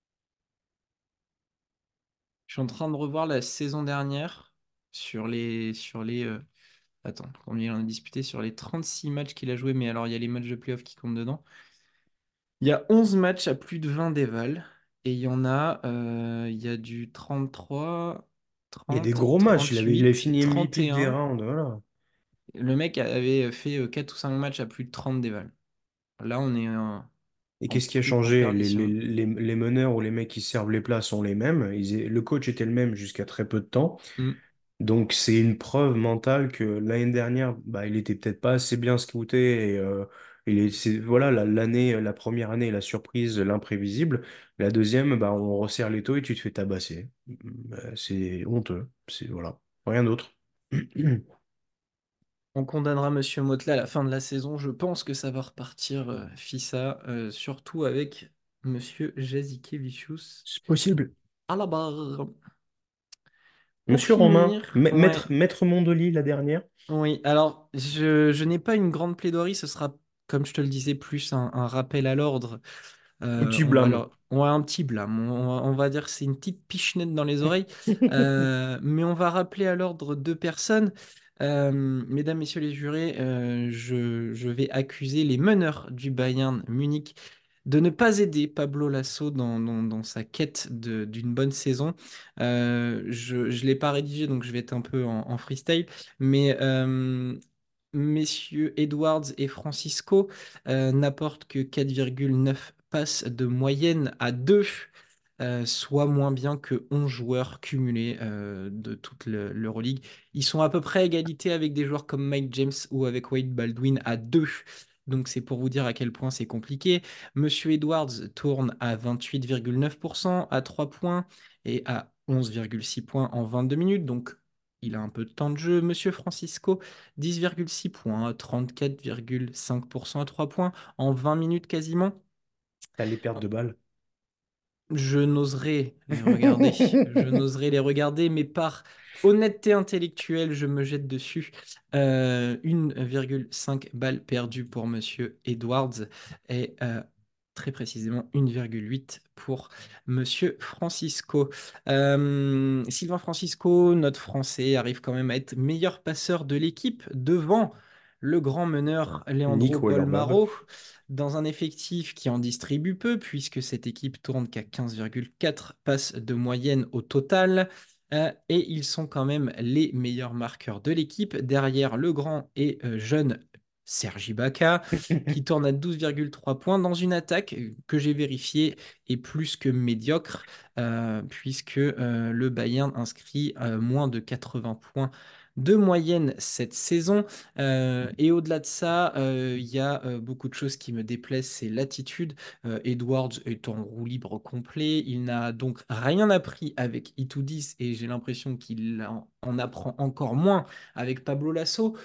Je suis en train de revoir la saison dernière sur les, sur les, euh, attends, combien il en a disputé sur les trente-six matchs qu'il a joué, mais alors il y a les matchs de playoff qui comptent dedans. Il y a onze matchs à plus de vingt dévals et il y en a, euh, il y a du trente-trois, Il y a des trente, gros matchs. Il avait, il avait trente-huit, fini M V P des trente et un. rounds. Voilà. Le mec avait fait euh, quatre ou cinq matchs à plus de trente dévals. Là, on est en, Et en, qu'est-ce qui a en changé? Les, les, perdition. les, les meneurs ou les mecs qui servent les plats sont les mêmes. Ils, le coach était le même jusqu'à très peu de temps. Hmm. Donc c'est une preuve mentale que l'année dernière, bah, il était peut-être pas assez bien scouté et euh, il est, c'est, voilà, la- l'année, la première année, la surprise, l'imprévisible. La deuxième, bah, on resserre les taux et tu te fais tabasser. Bah, c'est honteux. C'est, voilà. Rien d'autre. On condamnera Monsieur Motley à la fin de la saison. Je pense que ça va repartir euh, Fissa, euh, surtout avec Monsieur Jazikevicius C'est possible. à la barre. Pour Monsieur Romain, finir, ma- ouais, maître, maître Mondoli, la dernière. oui. Alors, je, je n'ai pas une grande plaidoirie. Ce sera, comme je te le disais, plus un, un rappel à l'ordre. Un Euh, petit on va blâme. leur... on va un petit blâme. On va, on va dire que c'est une petite pichenette dans les oreilles. Euh, mais on va rappeler à l'ordre deux personnes. Euh, mesdames, messieurs les jurés, euh, je, je vais accuser les meneurs du Bayern Munich de ne pas aider Pablo Lasso dans, dans- dans sa quête de- d'une bonne saison. Euh, je ne l'ai pas rédigé, donc je vais être un peu en, en freestyle. Mais euh, messieurs Edwards et Francisco euh, n'apportent que quatre virgule neuf passes de moyenne à deux, euh, soit moins bien que onze joueurs cumulés euh, de toute le- l'Euroleague. Ils sont à peu près à égalité avec des joueurs comme Mike James ou avec Wade Baldwin à deux. Donc c'est pour vous dire à quel point c'est compliqué. Monsieur Edwards tourne à vingt-huit virgule neuf pour cent à trois points et à onze virgule six points en vingt-deux minutes. Donc il a un peu de temps de jeu. Monsieur Francisco, dix virgule six points, trente-quatre virgule cinq pour cent à trois points en vingt minutes quasiment. T'as les pertes de balles. Je n'oserais les regarder. Je n'oserais les regarder, mais par honnêteté intellectuelle, je me jette dessus. Euh, un virgule cinq balles perdues pour Monsieur Edwards et euh, très précisément un virgule huit pour Monsieur Francisco. Euh, Sylvain Francisco, notre Français, arrive quand même à être meilleur passeur de l'équipe devant le grand meneur Leandro Nick Weilerbach. Bolmaro dans un effectif qui en distribue peu, puisque cette équipe tourne qu'à quinze virgule quatre passes de moyenne au total. Euh, et ils sont quand même les meilleurs marqueurs de l'équipe, derrière le grand et euh, jeune Sergi Baca, qui tourne à douze virgule trois points dans une attaque que j'ai vérifiée est plus que médiocre, euh, puisque euh, le Bayern inscrit euh, moins de quatre-vingts points de moyenne cette saison. Euh, et au-delà de ça, euh, il y a euh, beaucoup de choses qui me déplaisent, c'est l'attitude. Euh, Edwards est en roue libre complet, il n'a donc rien appris avec Itoudis et j'ai l'impression qu'il en, en apprend encore moins avec Pablo Lasso.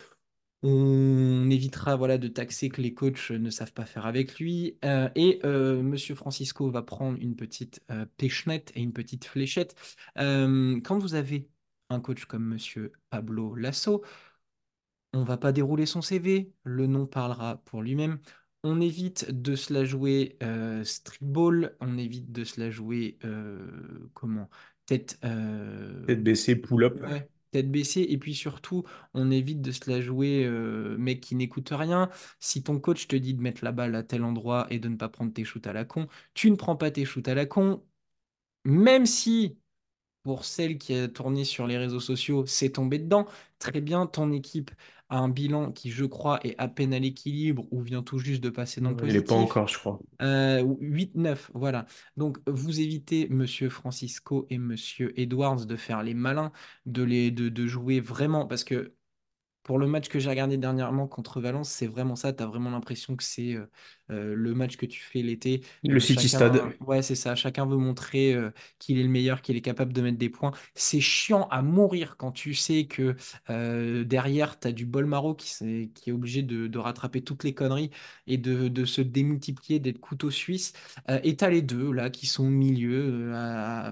On évitera voilà, de taxer que les coachs ne savent pas faire avec lui. Euh, et euh, Monsieur Francisco va prendre une petite euh, pêchette et une petite fléchette. Euh, quand vous avez un coach comme Monsieur Pablo Lasso, on va pas dérouler son C V, le nom parlera pour lui-même. On évite de se la jouer euh, streetball, on évite de se la jouer euh, comment? Tête, euh, Tête baissée, pull-up. ouais, tête baissée, et puis surtout, on évite de se la jouer euh, mec qui n'écoute rien. Si ton coach te dit de mettre la balle à tel endroit et de ne pas prendre tes shoots à la con, tu ne prends pas tes shoots à la con, même si pour celle qui a tourné sur les réseaux sociaux, c'est tombé dedans. Très bien, ton équipe a un bilan qui, je crois, est à peine à l'équilibre ou vient tout juste de passer dans le Non, il est pas positif. encore, je crois. Euh, huit neuf, voilà. Donc, vous évitez, Monsieur Francisco et Monsieur Edwards, de faire les malins, de, les, de, de jouer vraiment, parce que pour le match que j'ai regardé dernièrement contre Valence, c'est vraiment ça. Tu as vraiment l'impression que c'est euh, euh, le match que tu fais l'été. Le Euh, City Stade. chacun, ouais, c'est ça. Chacun veut montrer euh, qu'il est le meilleur, qu'il est capable de mettre des points. C'est chiant à mourir quand tu sais que euh, derrière, tu as du Bolmaro qui, s'est- qui est obligé de, de rattraper toutes les conneries et de, de se démultiplier, d'être couteau suisse. Euh, et tu as les deux là qui sont au milieu. euh,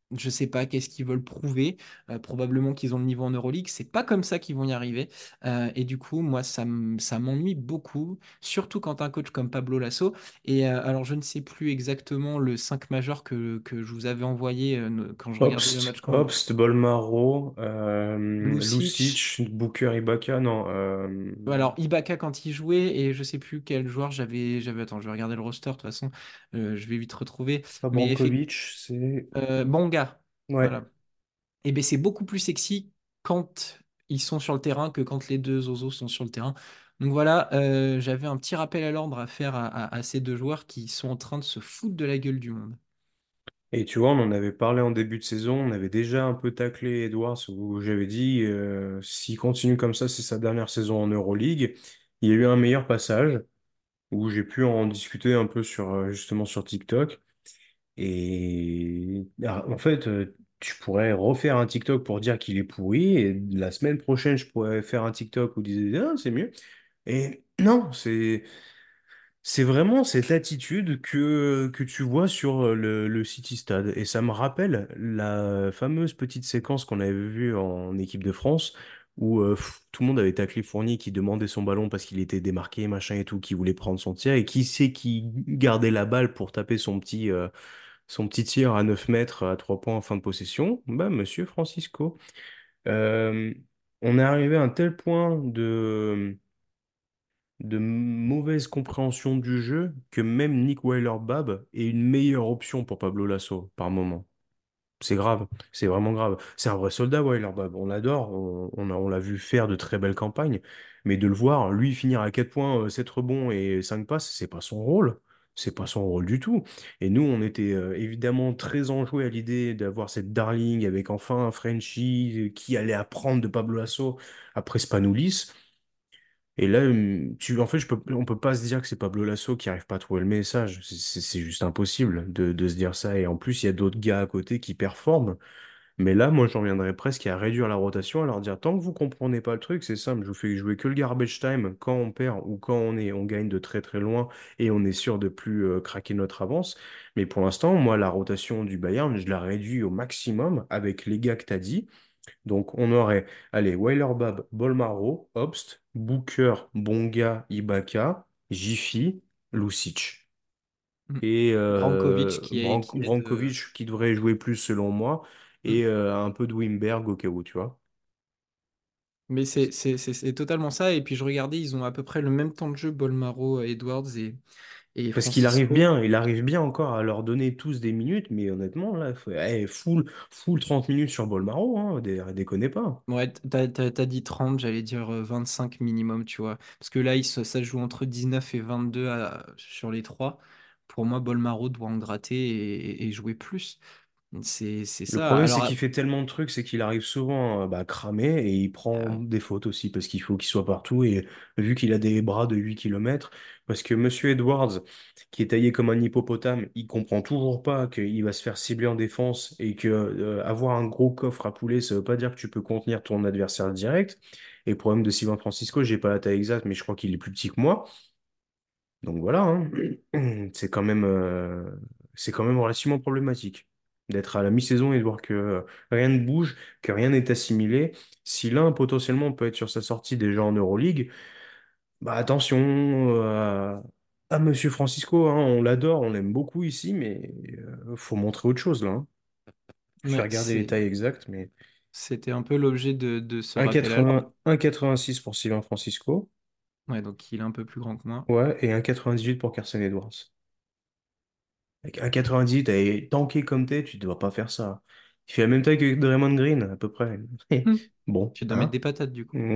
Je sais pas qu'est-ce qu'ils veulent prouver. Euh, probablement qu'ils ont le niveau en Euroleague. C'est pas comme ça qu'ils vont y arriver. Euh, et du coup, moi, ça m- ça m'ennuie beaucoup, surtout quand un coach comme Pablo Lasso. Et euh, alors, je ne sais plus exactement le cinq majeur que, que je vous avais envoyé euh, no- quand je regardais le Obst, match contre Obst, Bolmaro, euh, Lucic. Lucic, Booker, Ibaka, non. euh, Alors, Ibaka quand il jouait, et je sais plus quel joueur j'avais. J'avais Attends, je vais regarder le roster de toute façon. Euh, je vais vite retrouver. pas Mais effectivement, Brankovic, c'est. bon gars. Ouais. Voilà. Et ben c'est beaucoup plus sexy quand ils sont sur le terrain que quand les deux zozos sont sur le terrain. Donc voilà, euh, j'avais un petit rappel à l'ordre à faire à, à- à ces deux joueurs qui sont en train de se foutre de la gueule du monde. Et tu vois, on en avait parlé en début de saison, on avait déjà un peu taclé Edwards, où j'avais dit, euh, s'il continue comme ça, c'est sa dernière saison en Euroleague. Il y a eu un meilleur passage, où j'ai pu en discuter un peu sur, euh, justement sur TikTok. Et ah, en fait, euh, tu pourrais refaire un TikTok pour dire qu'il est pourri, et la semaine prochaine, je pourrais faire un TikTok où disait, ah, c'est mieux. Et non, c'est c'est vraiment cette attitude que, que tu vois sur le, le City Stade. Et ça me rappelle la fameuse petite séquence qu'on avait vue en équipe de France où euh, pff, tout le monde avait taclé Fournier qui demandait son ballon parce qu'il était démarqué, machin et tout, qui voulait prendre son tir. Et qui c'est qui gardait la balle pour taper son petit, euh, son petit tir à neuf mètres à trois points en fin de possession? Bah, Monsieur Francisco. Euh, on est arrivé à un tel point de de mauvaise compréhension du jeu que même Nick Weiler-Babb est une meilleure option pour Pablo Lasso par moment. C'est grave, c'est vraiment grave. C'est un vrai soldat, Weiler-Babb. On l'adore, on, on a- on l'a vu faire de très belles campagnes, mais de le voir, lui, finir à quatre points, euh, sept rebonds et cinq passes, c'est pas son rôle. C'est pas son rôle du tout. Et nous, on était euh, évidemment très enjoués à l'idée d'avoir cette darling avec enfin un Frenchie euh, qui allait apprendre de Pablo Lasso après Spanoulis. Et là, hum, tu, en fait, je peux, on peut pas se dire que c'est Pablo Lasso qui arrive pas à trouver le message. C'est c'est- c'est juste impossible de, de se dire ça. Et en plus, il y a d'autres gars à côté qui performent. Mais là, moi, j'en viendrais presque à réduire la rotation, à leur dire, tant que vous comprenez pas le truc, c'est simple, je vous fais jouer que le garbage time quand on perd ou quand on est, on gagne de très très loin et on est sûr de plus euh, craquer notre avance. Mais pour l'instant, moi, la rotation du Bayern, je la réduis au maximum avec les gars que t'as dit. Donc, on aurait, allez, Weiler-Babb, Bolmaro, Obst, Booker, Bonga, Ibaka, Jiffy, Lucic. Mm. Et Brankovic euh, qui est Bran- qui aide. euh, Brankovic qui devrait jouer plus selon moi. mm. Et euh, un peu de Wimberg au cas où, tu vois. Mais c'est c'est- c'est- c'est totalement ça. Et puis je regardais, ils ont à peu près le même temps de jeu, Bolmaro, Edwards et, et Parce qu'il arrive Francisco. bien, il arrive bien encore à leur donner tous des minutes, mais honnêtement, là, faut, eh, full, full trente minutes sur Bolmaro, hein, dé- déconnez pas. Ouais, t'as, t'as- t'as dit trente, j'allais dire euh, vingt-cinq minimum, tu vois. Parce que là, il se- ça se joue entre dix-neuf et vingt-deux à- sur les trois. Pour moi, Bolmaro doit en gratter et, et- et jouer plus. C'est, c'est Le ça. problème, c'est Alors, qu'il ah, fait tellement de trucs, c'est qu'il arrive souvent euh, bah, cramé et il prend ouais. des fautes aussi parce qu'il faut qu'il soit partout. Et vu qu'il a des bras de huit kilomètres, parce que Monsieur Edwards, qui est taillé comme un hippopotame, il comprend toujours pas qu'il va se faire cibler en défense et que euh, avoir un gros coffre à poulet, ça veut pas dire que tu peux contenir ton adversaire direct. Et le problème de Sylvain Francisco, j'ai pas la taille exacte, mais je crois qu'il est plus petit que moi. Donc voilà, hein. C'est quand même, euh, c'est quand même relativement problématique d'être à la mi-saison et de voir que euh, rien ne bouge, que rien n'est assimilé. Si l'un potentiellement peut être sur sa sortie déjà en Euroleague, bah attention euh, à Monsieur Francisco, hein, on l'adore, on l'aime beaucoup ici, mais euh, faut montrer autre chose là, hein. Je vais Ouais, regarder les c'est, tailles exactes, mais c'était un peu l'objet de, de ce rappel à l'ordre. un virgule quatre-vingts un virgule quatre-vingt-six pour Sylvain Francisco, Ouais, donc il est un peu plus grand que moi. ouais, et un virgule quatre-vingt-dix-huit pour Carson Edwards. Avec un quatre-vingt-dix, t'es tanké comme t'es, tu ne dois pas faire ça. Il fait la même taille que Draymond Green, à peu près. Hmm. Bon, Tu dois mettre hein? des patates, du coup.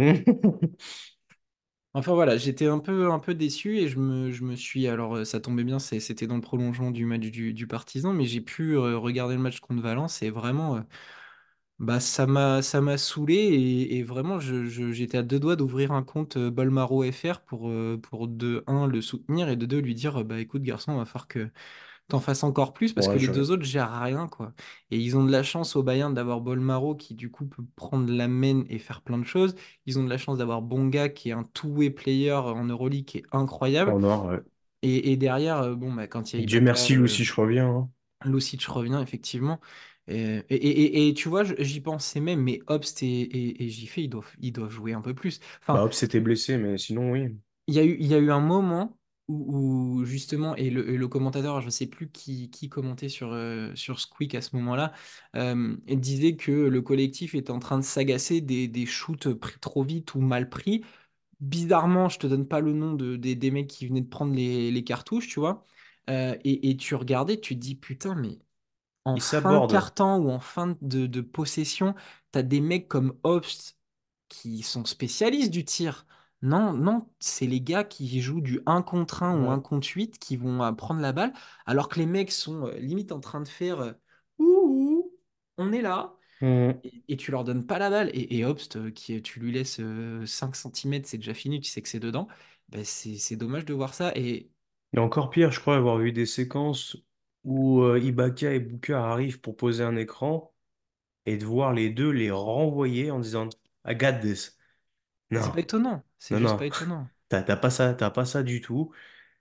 Enfin voilà, j'étais un peu, un peu déçu et je me, je me suis. Alors euh, ça tombait bien, c'est- c'était dans le prolongement du match du, du Partizan, mais j'ai pu euh, regarder le match contre Valence et vraiment, euh, bah, ça m'a, ça m'a saoulé et, et vraiment, je, je- j'étais à deux doigts d'ouvrir un compte euh, Bolmaro F R pour, euh, pour de un, le soutenir et de deux, lui dire euh, bah écoute, garçon, va falloir que t'en fasses encore plus parce que Ouais, les je... deux autres gèrent rien, quoi. Et ils ont de la chance au Bayern d'avoir Bolmaro qui, du coup, peut prendre la main et faire plein de choses. Ils ont de la chance d'avoir Bonga qui est un two-way player en Euroleague qui est incroyable. en or, ouais. Et, et derrière, euh, bon, bah, quand il y a Dieu Ibaka, merci, euh, Lucie, je reviens, hein. Lucic revient, effectivement. Et, et, et- et tu vois, je- j'y pensais même, mais Obst et, et, et J F, ils doivent, ils doivent jouer un peu plus. Enfin, Bah, hop, c'était blessé, mais sinon, oui. il y a eu, il y a eu un moment où, où, justement, et le, et le commentateur, je ne sais plus qui, qui commentait sur, euh, sur Squeak à ce moment-là, euh, il disait que le collectif était en train de s'agacer des, des shoots pris trop vite ou mal pris. Bizarrement, je te donne pas le nom de, des, des mecs qui venaient de prendre les, les cartouches, tu vois. Euh, et, et tu regardais, tu te dis, putain, mais en Il fin de s'aborde. quart-temps ou en fin de, de possession, t'as des mecs comme Obst qui sont spécialistes du tir. Non, non, c'est les gars qui jouent du un contre un ou un Ouais. contre huit qui vont euh, prendre la balle, alors que les mecs sont euh, limite en train de faire euh, ouh, on est là, Mhm. et, et tu leur donnes pas la balle. Et, et Obst, euh, qui, tu lui laisses euh, cinq centimètres, c'est déjà fini, tu sais que c'est dedans. Ben, c'est c'est dommage de voir ça. Et Et encore pire, je crois avoir vu des séquences où euh, Ibaka et Booker arrivent pour poser un écran et de voir les deux les renvoyer en disant I got this. c'est Non, pas étonnant, c'est non, juste non, pas étonnant. t'as t'as pas ça, t'as pas ça du tout.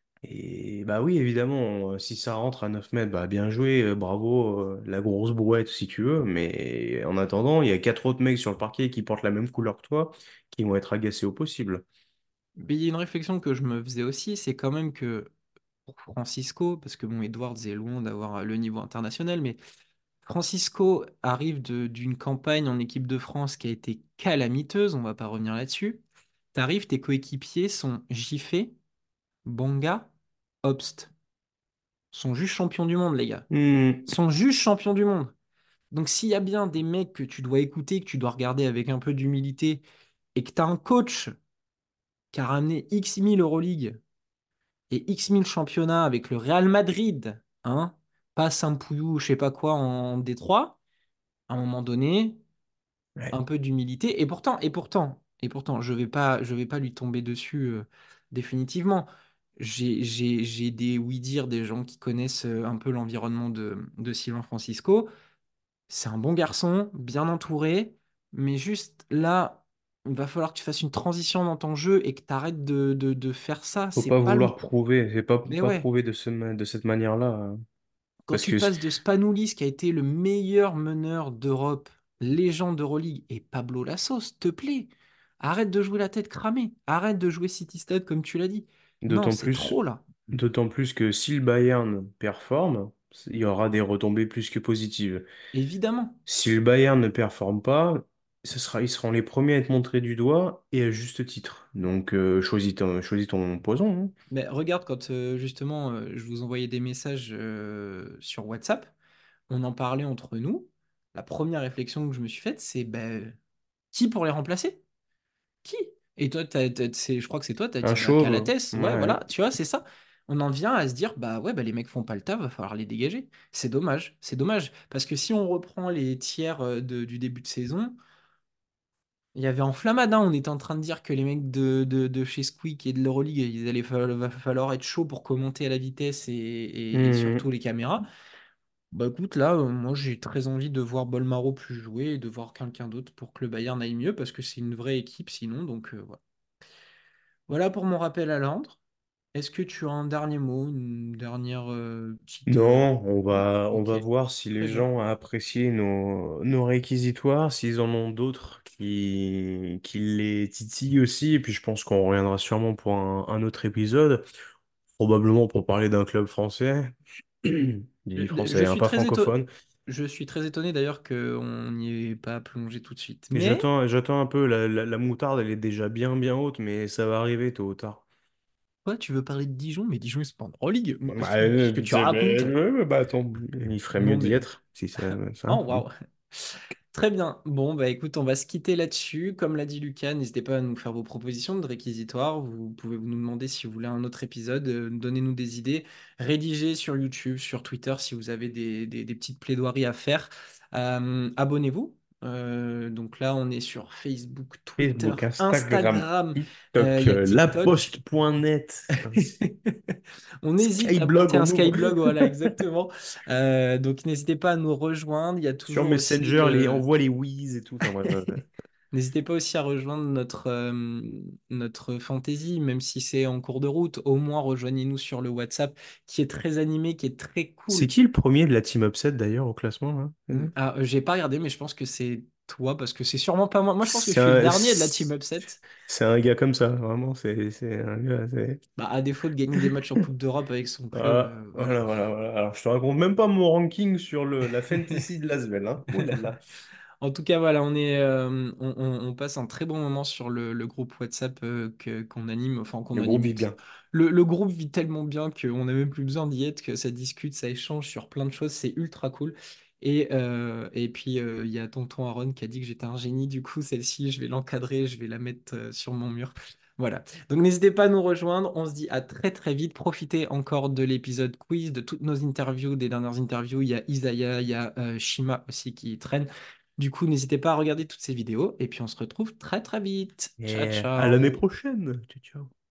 Et bah oui, évidemment, euh, si ça rentre à neuf mètres, bah bien joué, euh, bravo, euh, la grosse brouette si tu veux. Mais en attendant, il y a quatre autres mecs sur le parquet qui portent la même couleur que toi, qui vont être agacés au possible. Mais il y a une réflexion que je me faisais aussi, c'est quand même que pour Francisco, parce que bon, Edwards est loin d'avoir le niveau international, mais Francisco arrive de- d'une campagne en équipe de France qui a été calamiteuse, on va pas revenir là-dessus. T'arrives, tes coéquipiers sont Jiffé, Bonga, Obst, sont juste champions du monde, les gars. Hmm, Sont juste champions du monde. Donc s'il y a bien des mecs que tu dois écouter, que tu dois regarder avec un peu d'humilité, et que tu as un coach qui a ramené X mille Euroleague et X mille championnats avec le Real Madrid, hein, pas Saint-Pouillou, je sais pas quoi en Détroit, à un moment donné, ouais. un peu d'humilité. Et pourtant, et pourtant, et pourtant, je vais pas, je vais pas lui tomber dessus euh, définitivement. J'ai, j'ai, j'ai des oui-dire des gens qui connaissent euh, un peu l'environnement de, de Sylvain Francisco. C'est un bon garçon, bien entouré, mais juste là, il va falloir que tu fasses une transition dans ton jeu et que tu arrêtes de, de, de faire ça. Faut C'est pas pas le. vouloir prouver, c'est pas, Mais pas ouais. prouver de, ce, ma- de cette manière-là, hein. Quand Parce tu que passes de Spanoulis, qui a été le meilleur meneur d'Europe, légende d'Euroleague, et Pablo Lasso, s'il te plaît, arrête de jouer la tête cramée. Arrête de jouer City Stade comme tu l'as dit. Non, d'autant c'est plus, trop là. d'autant plus que si le Bayern performe, il y aura des retombées plus que positives. Évidemment. Si le Bayern ne performe pas, ce sera, ils seront les premiers à être montrés du doigt et à juste titre. Donc, euh, choisis ton, choisis ton poison, hein. Mais regarde, quand euh, justement euh, je vous envoyais des messages euh, sur WhatsApp, on en parlait entre nous. La première réflexion que je me suis faite, c'est ben, qui pour les remplacer? Qui? Et toi, t'as- t'as- c'est- je crois que c'est toi, tu as Un dit bah, chauve, Calates. ouais, Ouais, ouais. voilà, tu vois, c'est ça. On en vient à se dire, bah ouais, bah, les mecs font pas le taf, va falloir les dégager. C'est dommage, c'est dommage. Parce que si on reprend les tiers euh, de- du début de saison, il y avait enflammade, hein. On était en train de dire que les mecs de, de, de chez Squeak et de l'Euroleague, il allait falloir, va falloir être chaud pour commenter à la vitesse et, et- et surtout Mhm. les caméras. Bah écoute, là, euh, moi j'ai très envie de voir Bolmaro plus jouer et de voir quelqu'un d'autre pour que le Bayern aille mieux parce que c'est une vraie équipe sinon. Donc euh, voilà. Voilà pour mon rappel à l'ordre. Est-ce que tu as un dernier mot, une dernière euh, petite... euh, Non, on Non? va, on Ok, va voir si les très bien. gens ont apprécié nos, nos réquisitoires, s'ils en ont d'autres qui, qui les titillent aussi. Et puis je pense qu'on reviendra sûrement pour un, un autre épisode, probablement pour parler d'un club français, Je, dit je français, hein, suis pas très étonné. francophone. Je suis très étonné d'ailleurs qu'on n'y ait pas plongé tout de suite. Et Mais, j'attends, j'attends un peu, la, la, la moutarde, elle est déjà bien bien haute, mais ça va arriver tôt ou tard. quoi, tu veux parler de Dijon? Mais Dijon, ils sont pas en Euroleague. Bah, Qu'est-ce euh, que tu c'est- racontes? bah, bah, attends, il ferait mieux Non d'y mais... être, si c'est ça. Oh, waouh. Très bien. Bon, bah écoute, on va se quitter là-dessus. Comme l'a dit Lucas, n'hésitez pas à nous faire vos propositions de réquisitoires. Vous pouvez nous demander si vous voulez un autre épisode. Euh, donnez-nous des idées. Rédigez sur YouTube, sur Twitter si vous avez des, des- des petites plaidoiries à faire. Euh, abonnez-vous. Euh, donc là, on est sur Facebook, Twitter, Facebook, Instagram, Instagram. Euh, Il TikTok, y a euh, TikTok. laposte point net, ainsi- On hésite à Skyblog, monter un on ouvre. Skyblog, voilà, exactement. Euh, donc n'hésitez pas à nous rejoindre. Il y a Sur toujours aussi Messenger, les, le, envoie les whiz et tout. Enfin bref, ouais, ouais. N'hésitez pas aussi à rejoindre notre, euh, notre fantasy, même si c'est en cours de route. Au moins, rejoignez-nous sur le WhatsApp, qui est très animé, qui est très C'est cool. qui le premier de la Team Upset d'ailleurs au classement là? Mm, Mhm. Ah, euh, j'ai pas regardé, mais je pense que c'est toi, parce que c'est sûrement pas moi. Moi, je pense que je C'est suis le un, dernier de la team Upset. c'est un gars comme ça, vraiment, c'est c'est un gars, c'est... Bah, à défaut de gagner des matchs en Coupe d'Europe avec son club, Voilà, euh, voilà. voilà, voilà, voilà. Alors, je te raconte même pas mon ranking sur le, la fantasy de Lasvel, hein. Ouh là là. En tout cas, voilà, on est, euh, on, on- on passe un très bon moment sur le, le groupe WhatsApp euh, que, qu'on anime, enfin qu'on Le groupe anime. vit bien. Le, le groupe vit tellement bien qu'on n'a même plus besoin d'y être, que ça discute, ça échange sur plein de choses, c'est ultra cool. Et, euh, et puis, euh, il y a tonton Aaron qui a dit que j'étais un génie, du coup, celle-ci, je vais l'encadrer, je vais la mettre euh, sur mon mur. Voilà. Donc, n'hésitez pas à nous rejoindre. On se dit à très, très vite. Profitez encore de l'épisode quiz, de toutes nos interviews, des dernières interviews. Il y a Isaiah, il y a euh, Shima aussi qui traîne. Du coup, n'hésitez pas à regarder toutes ces vidéos et puis on se retrouve très très vite. Ciao, Et à l'année ciao. prochaine. Ciao, ciao.